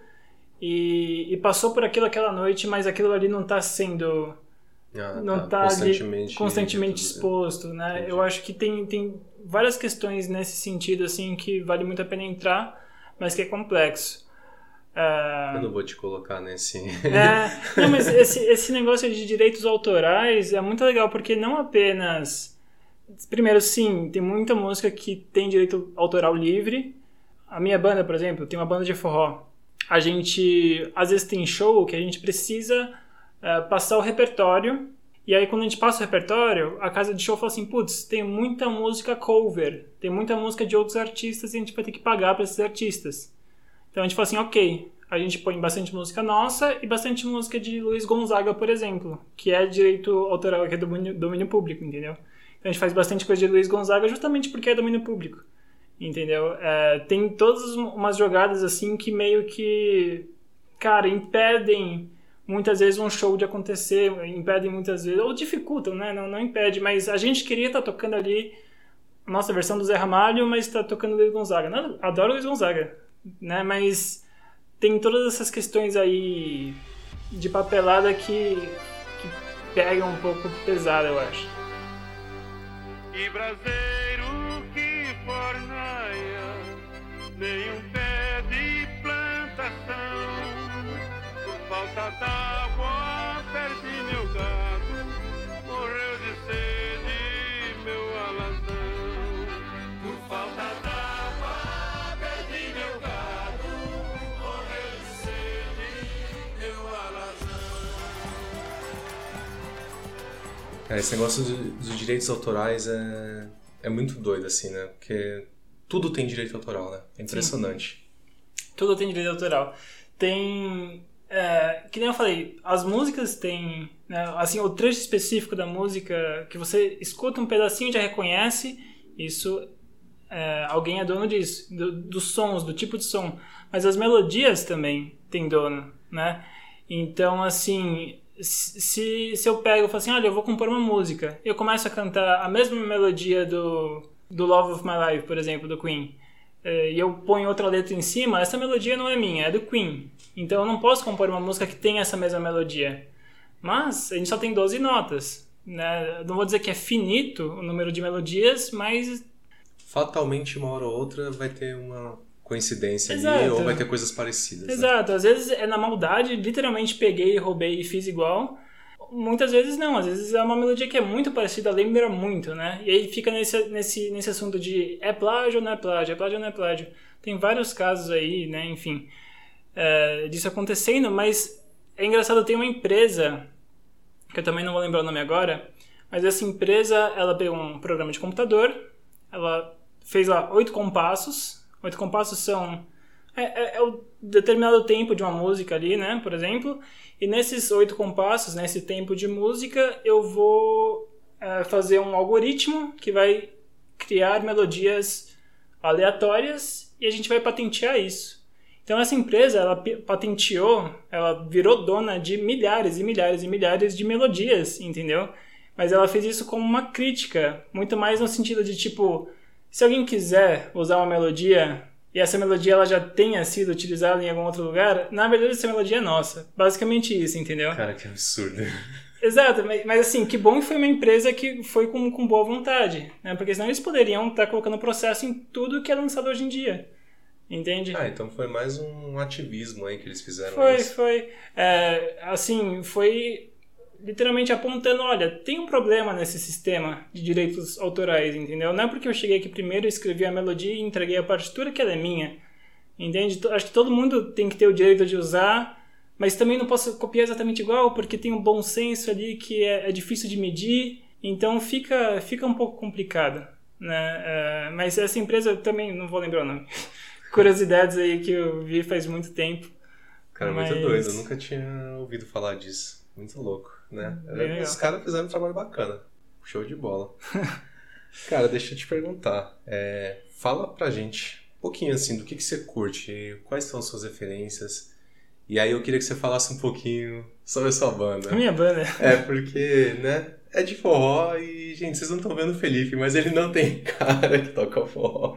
e passou por aquela noite, mas aquilo ali não está sendo... não está constantemente exposto, né? Entendi. Eu acho que tem várias questões nesse sentido assim que vale muito a pena entrar, mas que é complexo. Eu não vou te colocar nesse... Não, mas esse negócio de direitos autorais é muito legal, porque não apenas... Primeiro, sim, tem muita música que tem direito autoral livre. A minha banda, por exemplo, tem uma banda de forró. A gente, às vezes tem show que a gente precisa passar o repertório, e aí quando a gente passa o repertório, a casa de show fala assim, putz, tem muita música cover, tem muita música de outros artistas e a gente vai ter que pagar para esses artistas. Então a gente fala assim, ok, a gente põe bastante música nossa e bastante música de Luiz Gonzaga, por exemplo, que é direito autoral, que é domínio público, entendeu? Então a gente faz bastante coisa de Luiz Gonzaga justamente porque é domínio público, entendeu? Tem todas umas jogadas assim que meio que, cara, impedem muitas vezes um show de acontecer, impedem muitas vezes, ou dificultam, né? Não impede, mas a gente queria estar tocando ali a nossa versão do Zé Ramalho, mas está tocando Luiz Gonzaga. Adoro Luiz Gonzaga, né? Mas tem todas essas questões aí de papelada que pegam um pouco pesado, eu acho. E braseiro que forneia, nenhum pé de plantação, por falta d'água perdi meu gado, morreu de sede meu alazão. Por falta d'água perdi meu gado, morreu de sede meu alazão. Esse negócio dos direitos autorais é muito doido, assim, né? Porque tudo tem direito autoral, né? É impressionante. Sim. Tudo tem direito autoral. Tem... que nem eu falei, as músicas têm... Né, assim, o trecho específico da música, que você escuta um pedacinho e já reconhece, isso... alguém é dono disso. Dos sons, do tipo de som. Mas as melodias também têm dono, né? Então, assim... Se eu pego e falo assim, olha, eu vou compor uma música, eu começo a cantar a mesma melodia do Love of My Life, por exemplo, do Queen, e eu ponho outra letra em cima, essa melodia não é minha, é do Queen. Então eu não posso compor uma música que tem essa mesma melodia. Mas a gente só tem 12 notas, né? Não vou dizer que é finito o número de melodias, mas... fatalmente, uma hora ou outra, vai ter uma... coincidência Exato. Ali, ou vai ter coisas parecidas. Exato, né? Às vezes é na maldade, literalmente peguei, roubei e fiz igual. Muitas vezes não, às vezes é uma melodia que é muito parecida, lembra muito, né? E aí fica nesse assunto de é plágio ou não é plágio, é plágio ou não é plágio. Tem vários casos aí, né, enfim, disso acontecendo, mas é engraçado, tem uma empresa, que eu também não vou lembrar o nome agora, mas essa empresa, ela pegou um programa de computador, ela fez lá 8 compassos. 8 compassos são o determinado tempo de uma música ali, né, por exemplo. E nesses 8 compassos, nesse tempo de música, eu vou fazer um algoritmo que vai criar melodias aleatórias e a gente vai patentear isso. Então essa empresa, ela patenteou, ela virou dona de milhares e milhares e milhares de melodias, entendeu? Mas ela fez isso como uma crítica, muito mais no sentido de tipo, se alguém quiser usar uma melodia e essa melodia ela já tenha sido utilizada em algum outro lugar, na verdade essa melodia é nossa. Basicamente isso, entendeu? Cara, que absurdo. Exato, mas assim, que bom que foi uma empresa que foi com boa vontade, né? Porque senão eles poderiam estar colocando processo em tudo que é lançado hoje em dia. Entende? Então foi mais um ativismo aí que eles fizeram. Foi. Assim, foi literalmente apontando, olha, tem um problema nesse sistema de direitos autorais, entendeu? Não é porque eu cheguei aqui primeiro, escrevi a melodia e entreguei a partitura que ela é minha, entende? Acho que todo mundo tem que ter o direito de usar, mas também não posso copiar exatamente igual, porque tem um bom senso ali que é difícil de medir, então fica um pouco complicado, né? Mas essa empresa, eu também não vou lembrar o nome. Curiosidades aí que eu vi faz muito tempo. Cara, muito doido. Eu nunca tinha ouvido falar disso. Muito louco, né? Os caras fizeram um trabalho bacana. Show de bola. Cara, deixa eu te perguntar. Fala pra gente um pouquinho assim do que você curte, quais são as suas referências. E aí eu queria que você falasse um pouquinho sobre a sua banda. A minha banda? Porque, né? É de forró e, gente, vocês não estão vendo o Felipe, mas ele não tem cara que toca forró.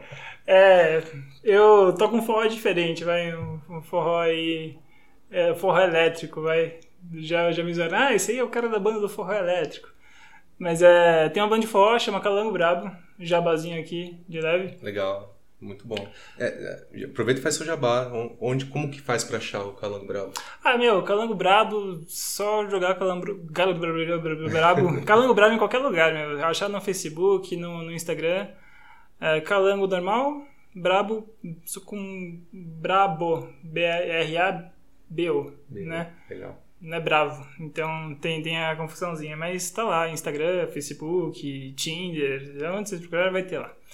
Eu toco um forró diferente, vai, um forró aí, forró elétrico, vai, já me disseram, esse aí é o cara da banda do forró elétrico. Mas tem uma banda de forró, chama Calango Brabo, jabazinho aqui, de leve. Legal, muito bom. Aproveita e faz seu jabá, como que faz pra achar o Calango Brabo? Calango Brabo, só jogar Calango Brabo em qualquer lugar, achar no Facebook, no Instagram. Calango normal, Brabo, com Brabo, B-R-A-B-O, né? Legal. Não é bravo, então tem a confusãozinha, mas tá lá, Instagram, Facebook, Tinder, onde vocês procurarem vai ter lá.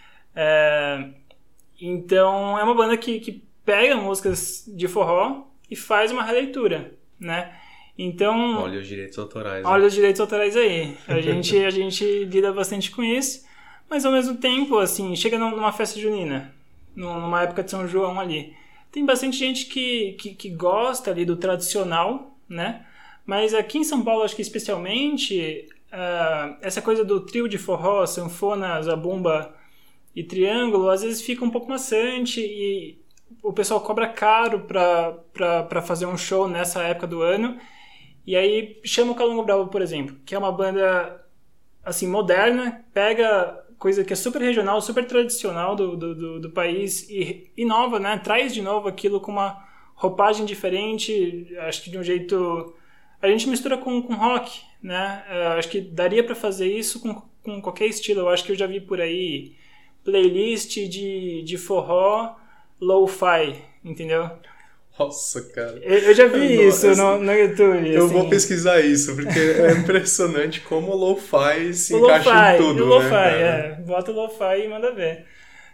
Então é uma banda que pega músicas de forró e faz uma releitura, né? Então... Olha os direitos autorais. Olha os direitos autorais aí. A gente lida bastante com isso. Mas ao mesmo tempo, assim, chega numa festa junina, numa época de São João ali, tem bastante gente que gosta ali do tradicional, né? Mas aqui em São Paulo, acho que especialmente, essa coisa do trio de forró, sanfona, zabumba e triângulo, às vezes fica um pouco maçante e o pessoal cobra caro pra fazer um show nessa época do ano. E aí chama o Calango Brabo, por exemplo, que é uma banda assim, moderna, pega coisa que é super regional, super tradicional do país e inova, né? Traz de novo aquilo com uma roupagem diferente, acho que de um jeito... A gente mistura com rock, né? Acho que daria pra fazer isso com qualquer estilo. Eu acho que eu já vi por aí playlist de forró lo-fi, entendeu? Nossa, cara. Eu já vi isso no YouTube. Eu assim. vou pesquisar isso, porque é impressionante como o lo-fi se encaixa em tudo, o lo-fi, né? Bota o lo-fi e manda ver.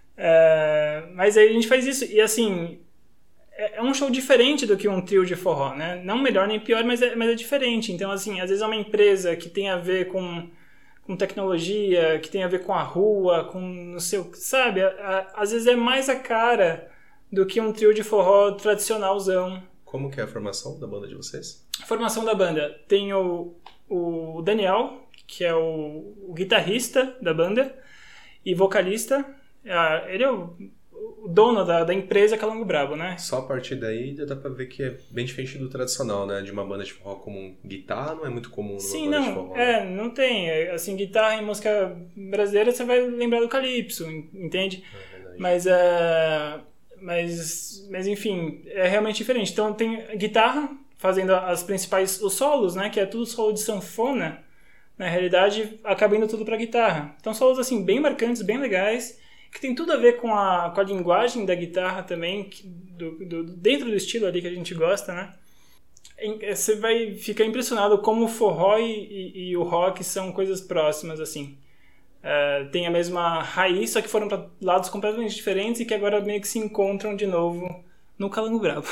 Mas aí a gente faz isso, e assim, é um show diferente do que um trio de forró, né? Não melhor nem pior, mas é diferente. Então, assim, às vezes é uma empresa que tem a ver com tecnologia, que tem a ver com a rua, com não sei o que, sabe? Às vezes é mais a cara do que um trio de forró tradicionalzão. Como que é a formação da banda de vocês? A formação da banda tem o Daniel, que é o guitarrista da banda e vocalista. Ele é o dono da empresa Calango Brabo, né? Só a partir daí dá pra ver que é bem diferente do tradicional, né? De uma banda de forró comum. Guitarra não é muito comum numa banda de forró. Né? Não tem. Assim, guitarra em música brasileira você vai lembrar do calypso, entende? Mas enfim, é realmente diferente. Então tem guitarra fazendo os solos, né? Que é tudo solo de sanfona. Na realidade, acaba indo tudo pra guitarra. Então solos assim, bem marcantes, bem legais, que tem tudo a ver com a linguagem da guitarra também, dentro do estilo ali que a gente gosta, né? Você vai ficar impressionado como o forró e o rock são coisas próximas, assim. Tem a mesma raiz, só que foram para lados completamente diferentes e que agora meio que se encontram de novo no Calango Brabo.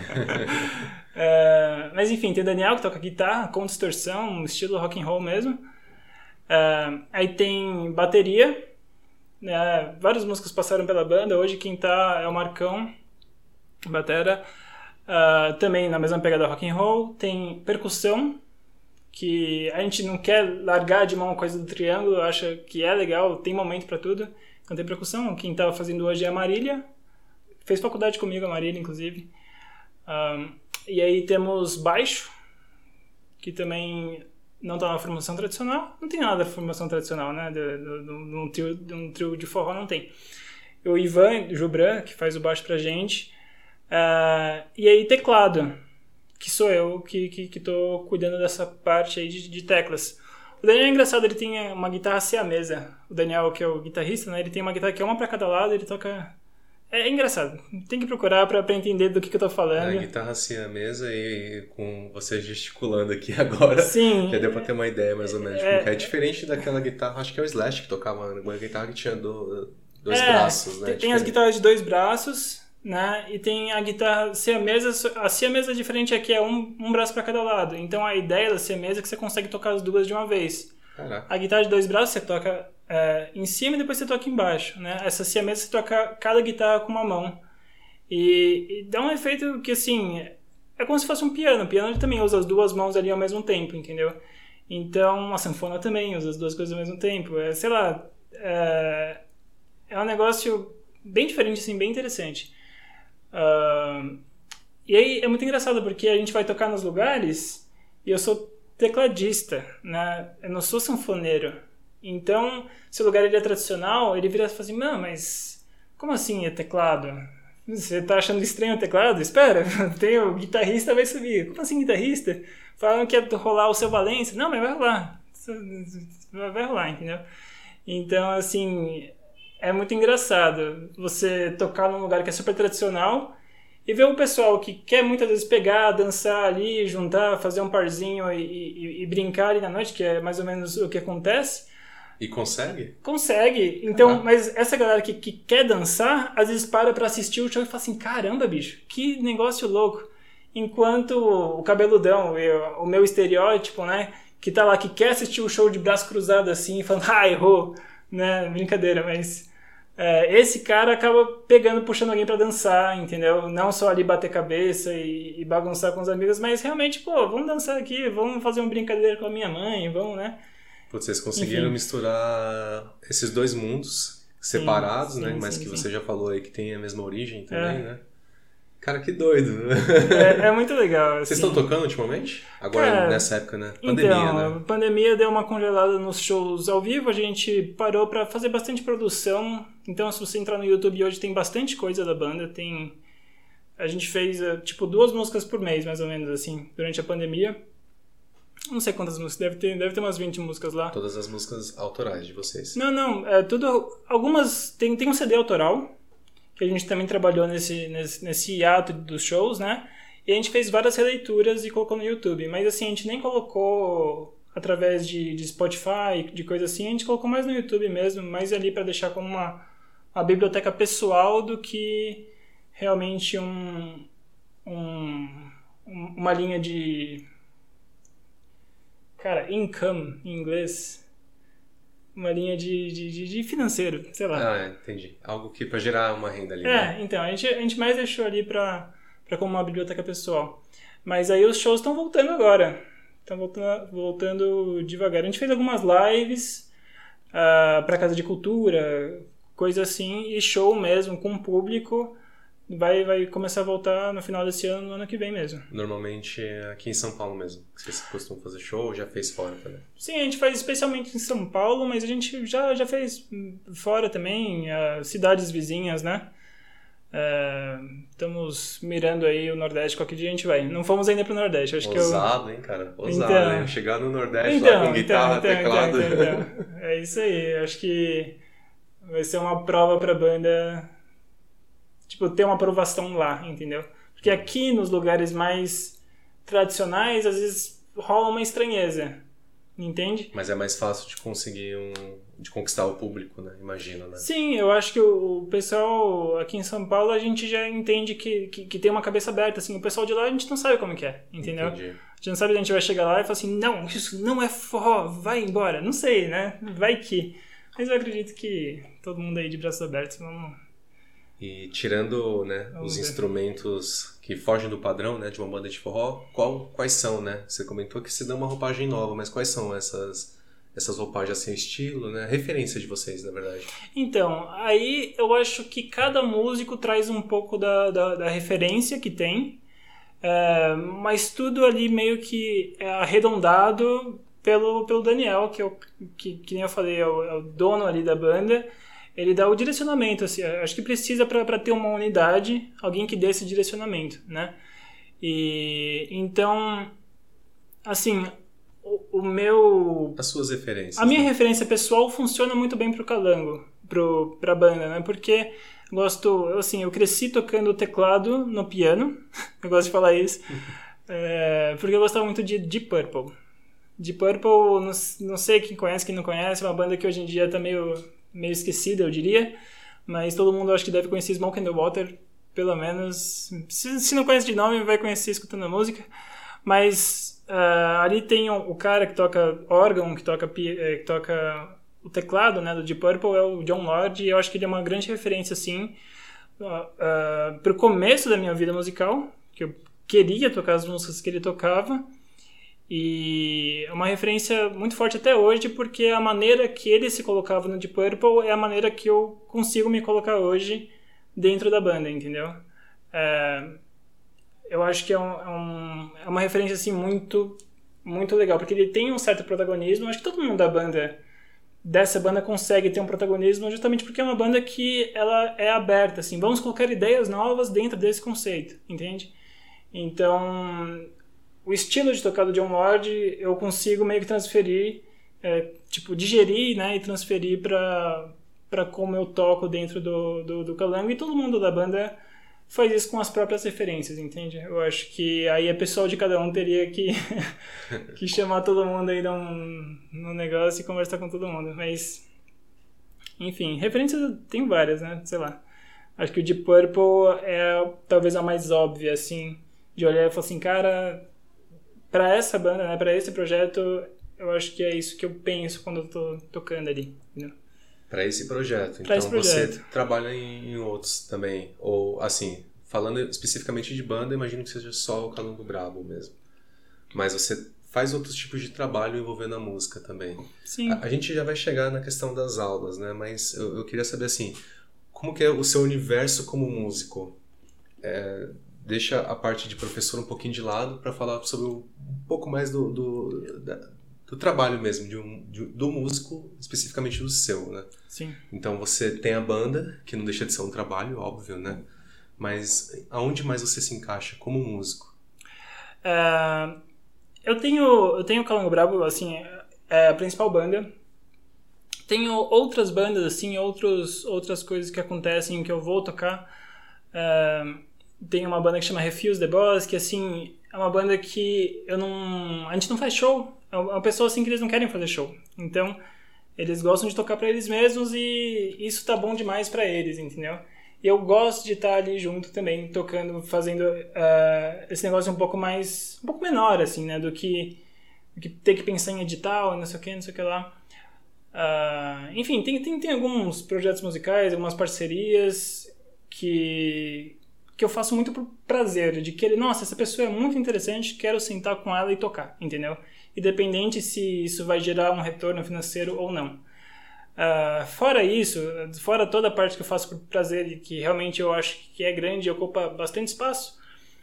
Mas enfim, tem o Daniel que toca guitarra com distorção, estilo rock and roll mesmo. Aí tem bateria, vários músicos passaram pela banda. Hoje quem tá é o Marcão, batera. Também na mesma pegada rock and roll. Tem percussão, que a gente não quer largar de mão a coisa do triângulo, acha que é legal, tem momento pra tudo. Então tem percussão. Quem tava fazendo hoje é a Marília. Fez faculdade comigo, a Marília, inclusive. E aí temos baixo, que também não tá na formação tradicional. Não tem nada da formação tradicional, né? De um trio de forró não tem. O Ivan Jubran, que faz o baixo pra gente. E aí teclado, que sou eu que tô cuidando dessa parte aí de teclas. O Daniel é engraçado, ele tem uma guitarra siamesa. O Daniel, que é o guitarrista, né? Ele tem uma guitarra que é uma pra cada lado, ele toca... É engraçado. Tem que procurar pra entender do que eu tô falando. A guitarra siamesa e com você gesticulando aqui agora. Sim. Já deu pra ter uma ideia mais ou menos. Porque é diferente daquela guitarra, acho que é o Slash que tocava uma guitarra que tinha dois braços, né? Tem as guitarras de 2 braços, né? E tem a guitarra siamesa. A siamesa diferente é que é um braço pra cada lado. Então a ideia da siamesa é que você consegue tocar as duas de uma vez. Caraca. A guitarra de 2 braços você toca em cima e depois você toca embaixo, né? Essa siamesa você toca cada guitarra com uma mão. E dá um efeito que, assim, é como se fosse um piano. O piano ele também usa as duas mãos ali ao mesmo tempo, entendeu? Então a sanfona também usa as duas coisas ao mesmo tempo. Sei lá, é um negócio bem diferente, assim, bem interessante. E aí é muito engraçado porque a gente vai tocar nos lugares e eu sou tecladista, né? Eu não sou sanfoneiro. Então, se o lugar ele é tradicional, ele vira e fala assim, mas como assim é teclado? Você tá achando estranho o teclado? Espera, tem o guitarrista vai subir. Como assim guitarrista? Falam que é rolar o seu Valência. Não, mas vai rolar. Vai rolar, entendeu? Então, assim, é muito engraçado você tocar num lugar que é super tradicional e ver o pessoal que quer muitas vezes pegar, dançar ali, juntar, fazer um parzinho e brincar ali na noite, que é mais ou menos o que acontece. E consegue? Consegue. Então, mas essa galera que quer dançar, às vezes para pra assistir o show e fala assim, caramba, bicho, que negócio louco. Enquanto o cabeludão, o meu estereótipo, né, que tá lá, que quer assistir o show de braço cruzado assim, falando, errou, né, brincadeira, mas esse cara acaba puxando alguém pra dançar, entendeu? Não só ali bater cabeça e bagunçar com os amigos, mas realmente, vamos dançar aqui, vamos fazer uma brincadeira com a minha mãe, vamos, né? Vocês conseguiram misturar esses dois mundos separados, né? Mas que você já falou aí que tem a mesma origem também, né? Cara, que doido. É muito legal. Vocês estão tocando ultimamente? Agora, nessa época, né? Pandemia, então, né? A pandemia deu uma congelada nos shows ao vivo. A gente parou pra fazer bastante produção. Então, se você entrar no YouTube hoje, tem bastante coisa da banda. A gente fez, 2 músicas por mês, mais ou menos, assim, durante a pandemia. Não sei quantas músicas, deve ter umas 20 músicas lá. Todas as músicas autorais de vocês? Não, tudo... Algumas... Tem um CD autoral, que a gente também trabalhou nesse hiato dos shows, né? E a gente fez várias releituras e colocou no YouTube. Mas assim, a gente nem colocou através de Spotify, de coisa assim. A gente colocou mais no YouTube mesmo, mais ali para deixar como uma biblioteca pessoal do que realmente uma linha de... Cara, income em inglês, uma linha de financeiro, sei lá. Entendi. Algo que para gerar uma renda ali. Então, a gente mais deixou ali pra como uma biblioteca pessoal. Mas aí os shows estão voltando agora. Estão voltando devagar. A gente fez algumas lives pra Casa de Cultura, coisa assim, e show mesmo, com público. Vai começar a voltar no final desse ano, no ano que vem mesmo. Normalmente é aqui em São Paulo mesmo. Vocês costumam fazer show ou já fez fora também? Sim, a gente faz especialmente em São Paulo, mas a gente já fez fora também, cidades vizinhas, né? Estamos mirando aí o Nordeste, qualquer dia a gente vai. Não fomos ainda pro Nordeste, acho Ousado, hein, cara? Ousado, hein? Chegar no Nordeste lá com guitarra, teclado. Então. É isso aí, acho que vai ser uma prova pra banda... ter uma aprovação lá, entendeu? Porque aqui, nos lugares mais tradicionais, às vezes rola uma estranheza, entende? Mas é mais fácil de conseguir de conquistar o público, né? Imagino, né? Sim, eu acho que o pessoal aqui em São Paulo, a gente já entende que tem uma cabeça aberta, assim. O pessoal de lá, a gente não sabe como que é, entendeu? Entendi. A gente não sabe, a gente vai chegar lá e falar assim, não, isso não é forró, vai embora. Não sei, né? Vai que... Mas eu acredito que todo mundo aí de braços abertos E tirando, né, os instrumentos que fogem do padrão, né, de uma banda de forró, quais são, né? Você comentou que você dá uma roupagem nova, mas quais são essas roupagens assim, estilo, né? Referência de vocês, na verdade. Então, aí eu acho que cada músico traz um pouco da referência que tem, mas tudo ali meio que é arredondado pelo Daniel, que nem eu falei, é o dono ali da banda. Ele dá o direcionamento, assim, acho que precisa para ter uma unidade, alguém que dê esse direcionamento, né? E então, assim, as suas referências. A minha referência pessoal funciona muito bem pro Calango, pra banda, né? Porque eu cresci tocando teclado no piano, eu gosto de falar isso, porque eu gostava muito de Deep Purple. Deep Purple, não sei quem conhece, quem não conhece, é uma banda que hoje em dia tá meio esquecida, eu diria, mas todo mundo acho que deve conhecer Smoke and the Water, pelo menos, se não conhece de nome, vai conhecer escutando a música, mas ali tem o cara que toca órgão, que toca o teclado, né, do Deep Purple, é o Jon Lord, e eu acho que ele é uma grande referência, assim, pro começo da minha vida musical, que eu queria tocar as músicas que ele tocava, e é uma referência muito forte até hoje, porque a maneira que ele se colocava no Deep Purple é a maneira que eu consigo me colocar hoje dentro da banda, entendeu? Eu acho que é uma referência assim, muito, muito legal, porque ele tem um certo protagonismo. Acho que todo mundo dessa banda consegue ter um protagonismo justamente porque é uma banda que ela é aberta, assim, vamos colocar ideias novas dentro desse conceito, entende? Então, o estilo de tocar do Jon Lord eu consigo meio que transferir, digerir, né, e transferir para como eu toco dentro do Calango, e todo mundo da banda faz isso com as próprias referências, entende? Eu acho que aí a pessoal de cada um teria que chamar todo mundo aí no negócio e conversar com todo mundo, mas enfim, referências tem várias, né, sei lá. Acho que o Deep Purple é talvez a mais óbvia, assim, de olhar e falar assim, cara, pra essa banda, né, pra esse projeto, eu acho que é isso que eu penso quando eu tô tocando ali, entendeu? Para esse projeto. Pra então esse projeto. Você trabalha em outros também, ou assim, falando especificamente de banda, imagino que seja só o Calango Brabo mesmo. Mas você faz outros tipos de trabalho envolvendo a música também. Sim. A gente já vai chegar na questão das aulas, né? Mas eu queria saber assim, como que é o seu universo como músico? Deixa a parte de professor um pouquinho de lado para falar sobre um pouco mais do trabalho mesmo, do músico, especificamente do seu, né? Sim. Então você tem a banda, que não deixa de ser um trabalho, óbvio, né? Mas aonde mais você se encaixa como músico? Eu tenho o Calango Brabo, assim, é a principal banda. Tenho outras bandas, assim, outras coisas que acontecem que eu vou tocar. Tem uma banda que chama Refuse the Boss, que, assim, é uma banda que a gente não faz show. É uma pessoa, assim, que eles não querem fazer show. Então, eles gostam de tocar pra eles mesmos e isso tá bom demais pra eles, entendeu? E eu gosto de estar ali junto também, tocando, fazendo esse negócio um pouco menor, assim, né? Do que ter que pensar em edital, não sei o que lá. Enfim, tem alguns projetos musicais, algumas parcerias que eu faço muito por prazer, de que nossa, essa pessoa é muito interessante, quero sentar com ela e tocar, entendeu? Independente se isso vai gerar um retorno financeiro ou não. Fora isso, fora toda a parte que eu faço por prazer e que realmente eu acho que é grande e ocupa bastante espaço,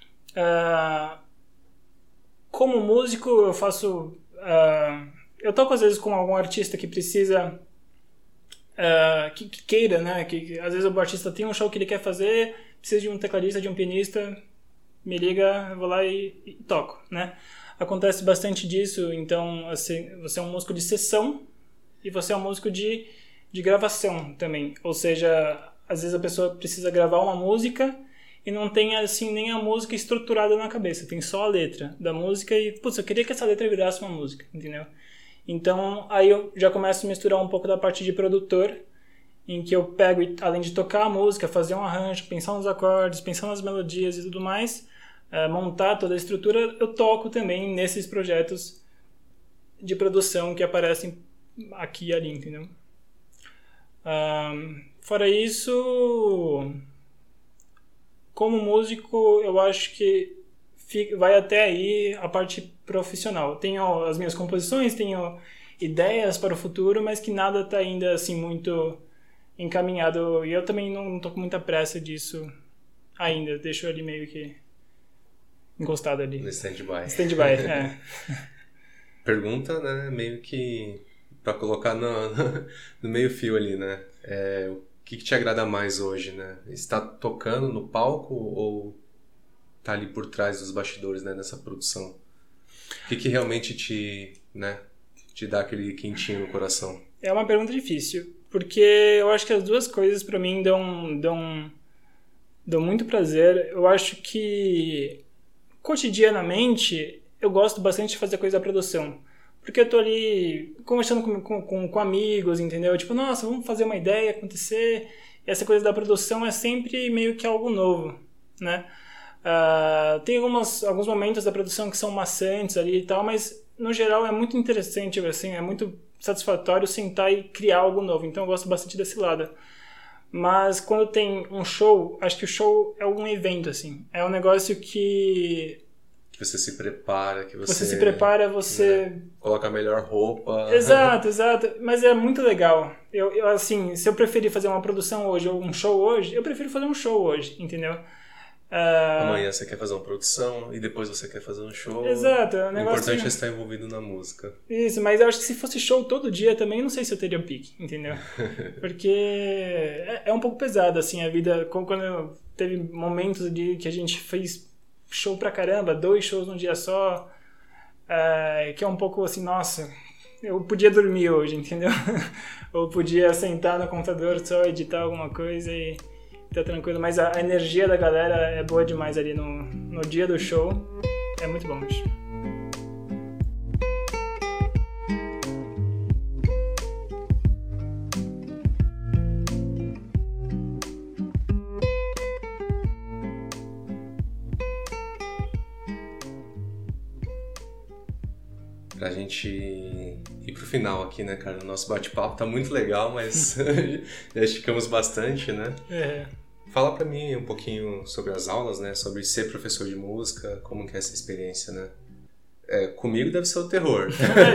como músico eu faço... eu toco às vezes com algum artista que precisa... que queira, né? Que às vezes o artista tem um show que ele quer fazer, precisa de um tecladista, de um pianista, me liga, eu vou lá e toco, né? Acontece bastante disso, então assim, você é um músico de sessão e você é um músico de gravação também, ou seja, às vezes a pessoa precisa gravar uma música e não tem assim nem a música estruturada na cabeça, tem só a letra da música e, putz, eu queria que essa letra virasse uma música, entendeu? Então aí eu já começo a misturar um pouco da parte de produtor, em que eu pego, além de tocar a música, fazer um arranjo, pensar nos acordes, pensar nas melodias e tudo mais, montar toda a estrutura, eu toco também nesses projetos de produção que aparecem aqui e ali, entendeu? Fora isso, como músico, eu acho que vai até aí a parte profissional. Tenho as minhas composições, tenho ideias para o futuro, mas que nada está ainda assim muito encaminhado. E eu também não tô com muita pressa disso ainda. Eu deixo ele meio que encostado ali. No stand-by. Stand-by, é. Pergunta, né, meio que para colocar no meio fio ali, né? O que te agrada mais hoje, né? Está tocando no palco ou tá ali por trás dos bastidores, né, nessa produção? O que realmente te dá aquele quentinho no coração? É uma pergunta difícil, porque eu acho que as duas coisas para mim dão muito prazer. Eu acho que cotidianamente eu gosto bastante de fazer coisa da produção, porque eu tô ali conversando com amigos, entendeu? Tipo, nossa, vamos fazer uma ideia acontecer. E essa coisa da produção é sempre meio que algo novo, né? Tem alguns momentos da produção que são maçantes ali e tal, mas no geral é muito interessante, assim, é muito satisfatório sentar e criar algo novo. Então eu gosto bastante desse lado. Mas quando tem um show, acho que o show é um evento, assim. É um negócio que você se prepara, você coloca a melhor roupa. Exato. Mas é muito legal. Eu assim, se eu preferir fazer uma produção hoje ou um show hoje, eu prefiro fazer um show hoje, entendeu? Amanhã você quer fazer uma produção e depois você quer fazer um show. Exato. O importante é estar envolvido na música. Isso, mas eu acho que se fosse show todo dia também, não sei se eu teria pique, entendeu? Porque é um pouco pesado, assim, a vida. Quando teve momentos que a gente fez show pra caramba, 2 shows num dia só, que é um pouco assim, nossa, eu podia dormir hoje, entendeu? Ou podia sentar no computador só, editar alguma coisa e tá tranquilo, mas a energia da galera é boa demais ali no dia do show. É muito bom, bicho. Pra gente ir pro final aqui, né, cara? O nosso bate-papo tá muito legal, mas já esticamos bastante, né? Fala pra mim um pouquinho sobre as aulas, né? Sobre ser professor de música, como que é essa experiência, né? Comigo deve ser o terror.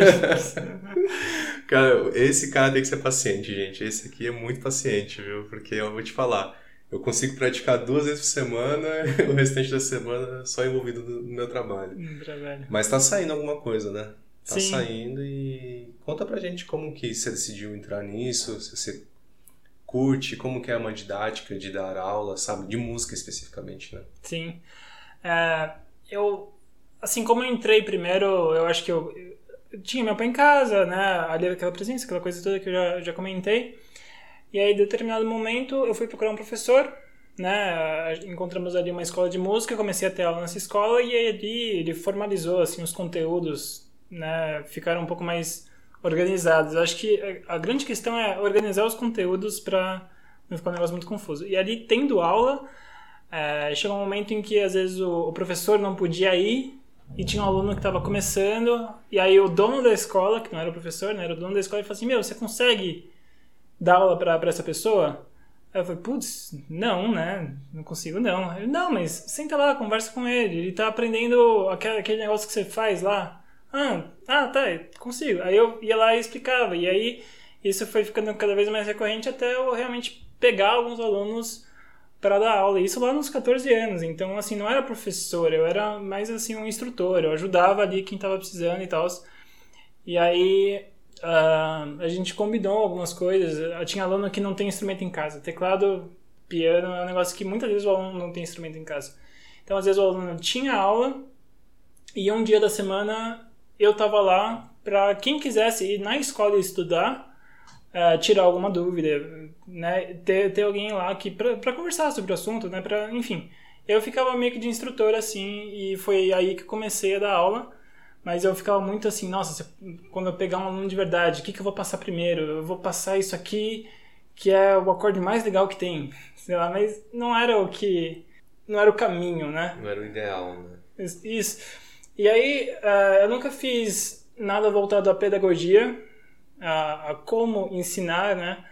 Cara, esse cara tem que ser paciente, gente. Esse aqui é muito paciente, viu? Porque eu vou te falar, eu consigo praticar 2 vezes por semana, o restante da semana só envolvido no meu trabalho. Mas tá saindo alguma coisa, né? Tá Sim. saindo e conta pra gente como que você decidiu entrar nisso, se você curte, como que é uma didática de dar aula, sabe? De música especificamente, né? Sim. Eu, assim, como eu entrei primeiro, eu acho que eu tinha meu pai em casa, né? Ali aquela presença, aquela coisa toda que eu já comentei. E aí, em determinado momento, eu fui procurar um professor, né? Encontramos ali uma escola de música, comecei a ter aula nessa escola e aí ali ele formalizou, assim, os conteúdos, né? Ficaram um pouco mais organizados. Eu acho que a grande questão é organizar os conteúdos para não ficar um negócio muito confuso. E ali, tendo aula, chegou um momento em que às vezes o professor não podia ir e tinha um aluno que estava começando e aí o dono da escola, que não era o professor, né, era o dono da escola, ele falou assim, você consegue dar aula para essa pessoa? Aí eu falei, putz, não, né, não consigo não. Ele, não, mas senta lá, conversa com ele tá aprendendo aquele negócio que você faz lá. Tá, consigo. Aí eu ia lá e explicava. E aí isso foi ficando cada vez mais recorrente até eu realmente pegar alguns alunos para dar aula. Isso lá nos 14 anos. Então, assim, não era professor, eu era mais, assim, um instrutor. Eu ajudava ali quem estava precisando e tal. E aí a gente combinou algumas coisas. Eu tinha aluno que não tem instrumento em casa. Teclado, piano é um negócio que muitas vezes o aluno não tem instrumento em casa. Então, às vezes o aluno tinha aula e um dia da semana eu estava lá para quem quisesse ir na escola estudar, tirar alguma dúvida, né? Ter alguém lá para conversar sobre o assunto, né? Enfim, eu ficava meio que de instrutor assim e foi aí que comecei a dar aula, mas eu ficava muito assim, nossa, quando eu pegar um aluno de verdade, o que eu vou passar primeiro? Eu vou passar isso aqui, que é o acorde mais legal que tem, sei lá, mas não era o caminho, né? Não era o ideal, né? Isso. E aí, eu nunca fiz nada voltado à pedagogia, a como ensinar, né?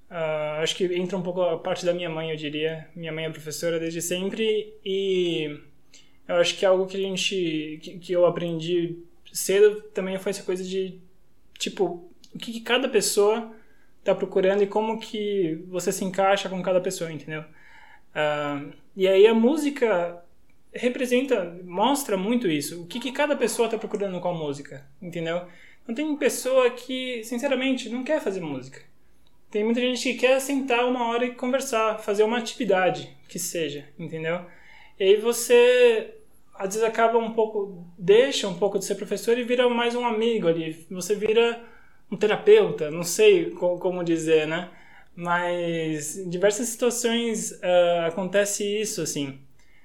Acho que entra um pouco a parte da minha mãe, eu diria. Minha mãe é professora desde sempre e eu acho que algo que eu aprendi cedo também foi essa coisa de, tipo, o que cada pessoa tá procurando e como que você se encaixa com cada pessoa, entendeu? E aí a música mostra muito isso. O que cada pessoa tá procurando com a música, entendeu? Não tem pessoa que, sinceramente, não quer fazer música. Tem muita gente que quer sentar uma hora e conversar, fazer uma atividade que seja, entendeu? E aí você, às vezes, deixa um pouco de ser professor e vira mais um amigo ali. Você vira um terapeuta, não sei como dizer, né? Mas em diversas situações acontece isso, assim.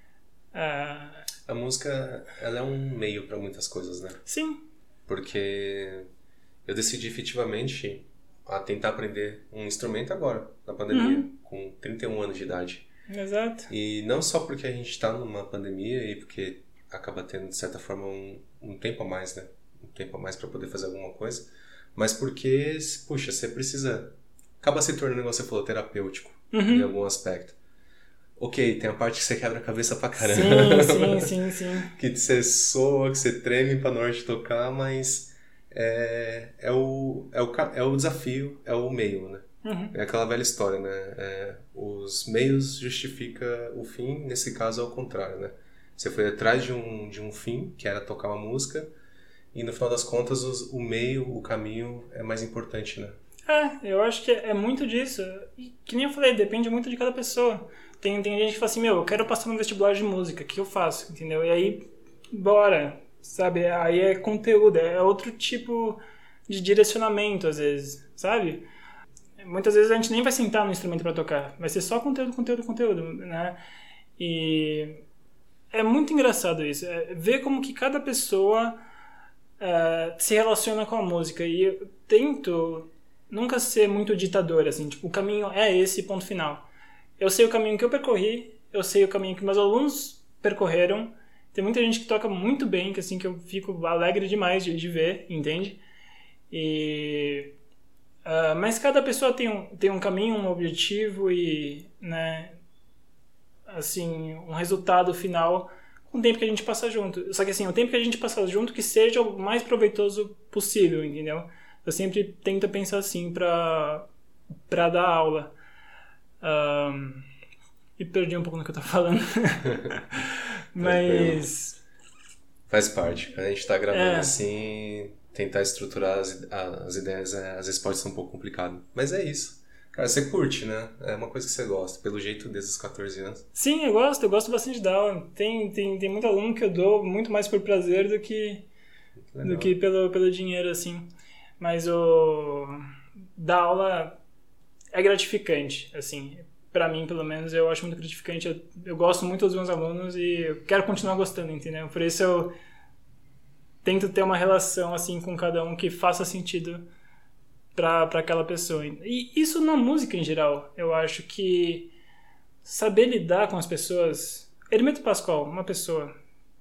A música, ela é um meio para muitas coisas, né? Sim. Porque eu decidi efetivamente a tentar aprender um instrumento agora, na pandemia, com 31 anos de idade. Exato. E não só porque a gente está numa pandemia e porque acaba tendo, de certa forma, um tempo a mais, né? Um tempo a mais para poder fazer alguma coisa, mas porque, puxa, você precisa... Acaba se tornando, igual você falou, terapêutico, em algum aspecto. Ok, tem a parte que você quebra a cabeça pra caramba. Sim. Que você soa, que você treme pra na hora de tocar, mas é o desafio, é o meio, né? É aquela velha história, né? Os meios justificam o fim, nesse caso é o contrário, né? Você foi atrás de um fim, que era tocar uma música, e no final das contas o meio, o caminho é mais importante, né? Eu acho que é muito disso. E, que nem eu falei, depende muito de cada pessoa. Tem gente que fala assim, eu quero passar no vestibular de música, o que eu faço, entendeu? E aí, bora, sabe? Aí é conteúdo, é outro tipo de direcionamento, às vezes, sabe? Muitas vezes a gente nem vai sentar no instrumento para tocar, vai ser só conteúdo, né? E é muito engraçado isso, ver como que cada pessoa se relaciona com a música. E eu tento nunca ser muito ditador, assim, tipo, o caminho é esse, ponto final. Eu sei o caminho que eu percorri, eu sei o caminho que meus alunos percorreram. Tem muita gente que toca muito bem, que assim, que eu fico alegre demais de ver, entende? Mas cada pessoa tem um caminho, um objetivo e, né, assim, um resultado final com o tempo que a gente passa junto. Só que assim, o tempo que a gente passa junto que seja o mais proveitoso possível, entendeu? Eu sempre tento pensar assim pra dar aula. E perdi um pouco no que eu tava falando. Mas... Faz parte. Quando a gente tá gravando assim, tentar estruturar as ideias, às vezes pode ser um pouco complicado. Mas é isso. Cara, você curte, né? É uma coisa que você gosta, pelo jeito, desde os 14 anos. Sim, eu gosto bastante de dar aula. Tem muito aluno que eu dou muito mais por prazer do que pelo dinheiro, assim. Mas dar aula é gratificante, assim. Pra mim, pelo menos, eu acho muito gratificante. Eu gosto muito dos meus alunos e eu quero continuar gostando, entendeu? Por isso eu tento ter uma relação, assim, com cada um que faça sentido pra aquela pessoa. E isso na música, em geral. Eu acho que saber lidar com as pessoas... Hermeto Pascoal, uma pessoa...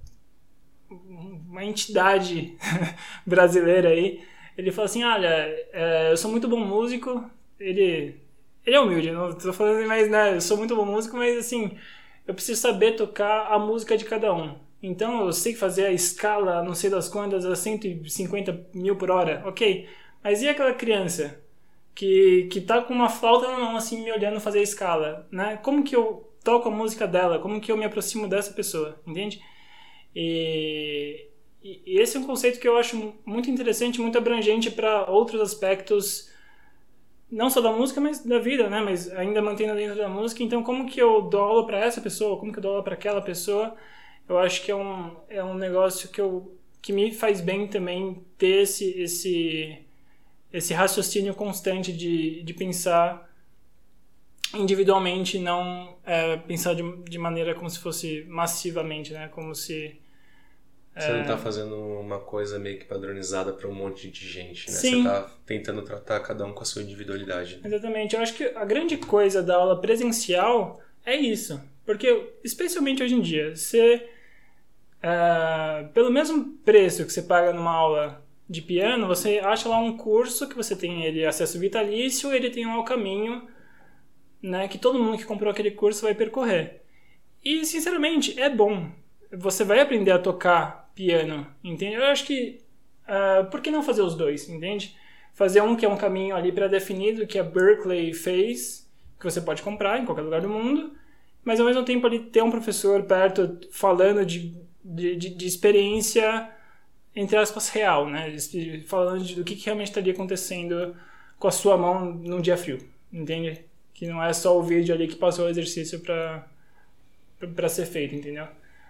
Uma entidade brasileira aí. Ele fala assim, olha, eu sou muito bom músico. Ele é humilde, não tô falando assim, mas né, eu sou muito bom músico, mas assim, eu preciso saber tocar a música de cada um. Então eu sei fazer a escala, não sei das quantas, a 150 mil por hora, ok. Mas e aquela criança que tá com uma flauta na mão, assim, me olhando fazer a escala, né? Como que eu toco a música dela? Como que eu me aproximo dessa pessoa, entende? E esse é um conceito que eu acho muito interessante, muito abrangente para outros aspectos, não só da música, mas da vida, né? Mas ainda mantendo dentro da música. Então, como que eu dou aula para essa pessoa? Como que eu dou aula para aquela pessoa? Eu acho que é um negócio que me faz bem também ter esse raciocínio constante de pensar individualmente, não pensar de maneira como se fosse massivamente, né? Como se... Você não tá fazendo uma coisa meio que padronizada para um monte de gente, né? Sim. Você tá tentando tratar cada um com a sua individualidade. Né? Exatamente. Eu acho que a grande coisa da aula presencial é isso. Porque, especialmente hoje em dia, você... pelo mesmo preço que você paga numa aula de piano, você acha lá um curso que você tem ele acesso vitalício, ele tem lá o caminho, né, que todo mundo que comprou aquele curso vai percorrer. E, sinceramente, é bom. Você vai aprender a tocar piano, entende? Eu acho que... por que não fazer os dois, entende? Fazer um que é um caminho ali pré-definido, que a Berklee fez, que você pode comprar em qualquer lugar do mundo, mas ao mesmo tempo ali ter um professor perto falando de experiência, entre aspas, real, né? Falando do que realmente estaria acontecendo com a sua mão num dia frio, entende? Que não é só o vídeo ali que passou o exercício pra ser feito, entendeu?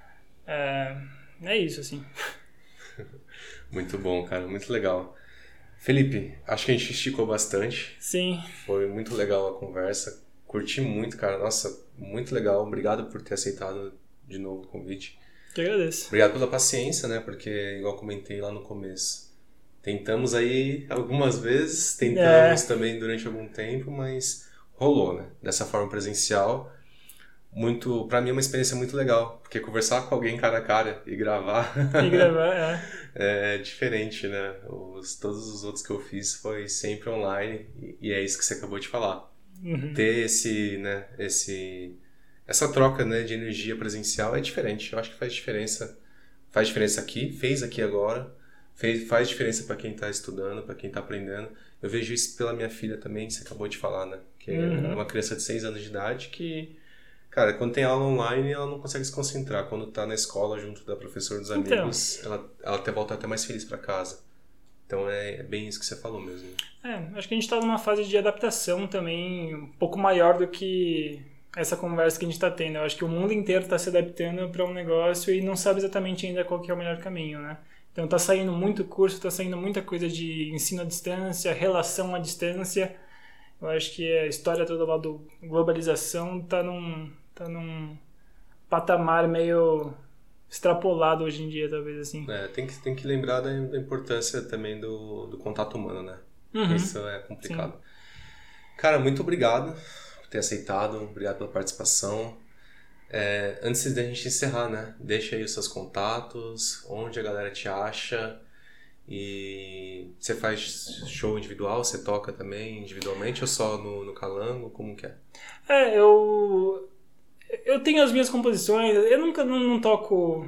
É isso, assim. Muito bom, cara, muito legal. Felipe, acho que a gente esticou bastante. Sim. Foi muito legal a conversa. Curti muito, cara. Nossa, muito legal. Obrigado por ter aceitado de novo o convite. Que agradeço. Obrigado pela paciência, né? Porque, igual comentei lá no começo, tentamos aí algumas vezes, tentamos também durante algum tempo, mas rolou, né? Dessa forma presencial. Pra mim é uma experiência muito legal, porque conversar com alguém cara a cara e gravar é diferente, né? Todos os outros que eu fiz foi sempre online e é isso que você acabou de falar. Uhum. Ter essa troca, né, de energia presencial é diferente. Eu acho que faz diferença. Faz diferença aqui, fez aqui agora, faz diferença para quem está estudando, para quem está aprendendo. Eu vejo isso pela minha filha também, que você acabou de falar, né? Que é uma criança de 6 anos de idade que... Cara, quando tem aula online, ela não consegue se concentrar. Quando tá na escola, junto da professora dos amigos, ela até volta até mais feliz para casa. Então é bem isso que você falou mesmo. Acho que a gente tá numa fase de adaptação também um pouco maior do que essa conversa que a gente tá tendo. Eu acho que o mundo inteiro tá se adaptando para um negócio e não sabe exatamente ainda qual que é o melhor caminho, né? Então tá saindo muito curso, tá saindo muita coisa de ensino à distância, relação à distância. Eu acho que a história toda lá do globalização tá num patamar meio extrapolado hoje em dia, talvez, assim. Tem que lembrar da importância também do contato humano, né? Uhum. Isso é complicado. Sim. Cara, muito obrigado por ter aceitado, obrigado pela participação. Antes da gente encerrar, né? Deixa aí os seus contatos, onde a galera te acha. E você faz show individual? Você toca também individualmente ou só no Calango? Como que é? Eu tenho as minhas composições, eu nunca não toco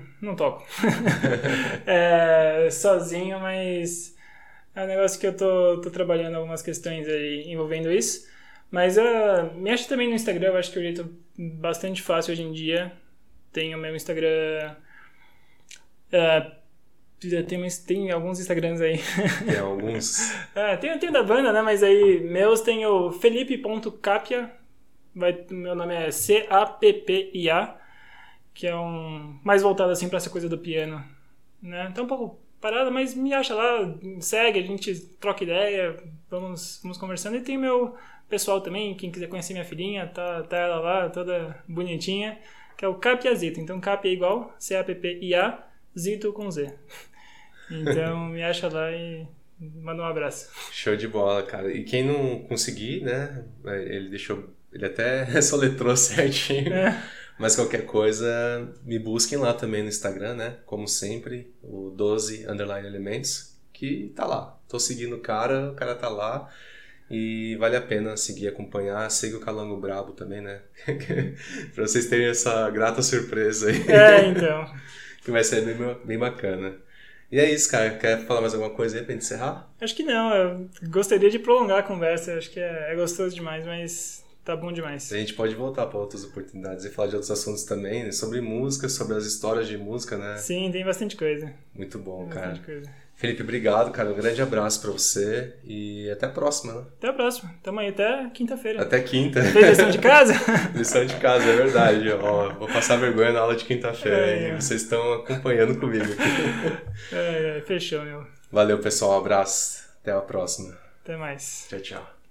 sozinho, mas é um negócio que eu tô trabalhando algumas questões aí envolvendo isso. Mas me acha também no Instagram, eu acho que é um jeito bastante fácil hoje em dia. Tem o meu Instagram, tem alguns Instagrams aí. Tem alguns? Tem da banda, né, mas aí meus tem o felipe.capia. Meu nome é C-A-P-P-I-A, que é mais voltado assim para essa coisa do piano, né? Tá um pouco parada, mas me acha lá, segue, a gente troca ideia, vamos conversando. E tem meu pessoal também, quem quiser conhecer minha filhinha, tá ela lá, toda bonitinha, que é o Capia Zito. Então Capia é igual, C-A-P-P-I-A, Zito com Z. Então me acha lá e manda um abraço. Show de bola, cara. E quem não conseguir, né, ele até soletrou certinho, mas qualquer coisa, me busquem lá também no Instagram, né? Como sempre, o 12_elementos, que tá lá. Tô seguindo o cara tá lá e vale a pena seguir, acompanhar. Segue o Calango Brabo também, né? Pra vocês terem essa grata surpresa aí. Então. Que vai ser bem bacana. E é isso, cara. Quer falar mais alguma coisa aí pra gente encerrar? Acho que não. Eu gostaria de prolongar a conversa. Acho que é gostoso demais, mas... Tá bom demais. A gente pode voltar para outras oportunidades e falar de outros assuntos também, né? Sobre música, sobre as histórias de música, né? Sim, tem bastante coisa. Muito bom, tem cara. Bastante coisa. Felipe, obrigado, cara. Um grande abraço para você e até a próxima, né? Até a próxima. Tamo aí até quinta-feira. Até quinta. Fez lição de casa? Lição de casa, é verdade. Ó, vou passar vergonha na aula de quinta-feira e vocês estão acompanhando comigo aqui. Fechou, meu. Valeu, pessoal. Um abraço. Até a próxima. Até mais. Tchau, tchau.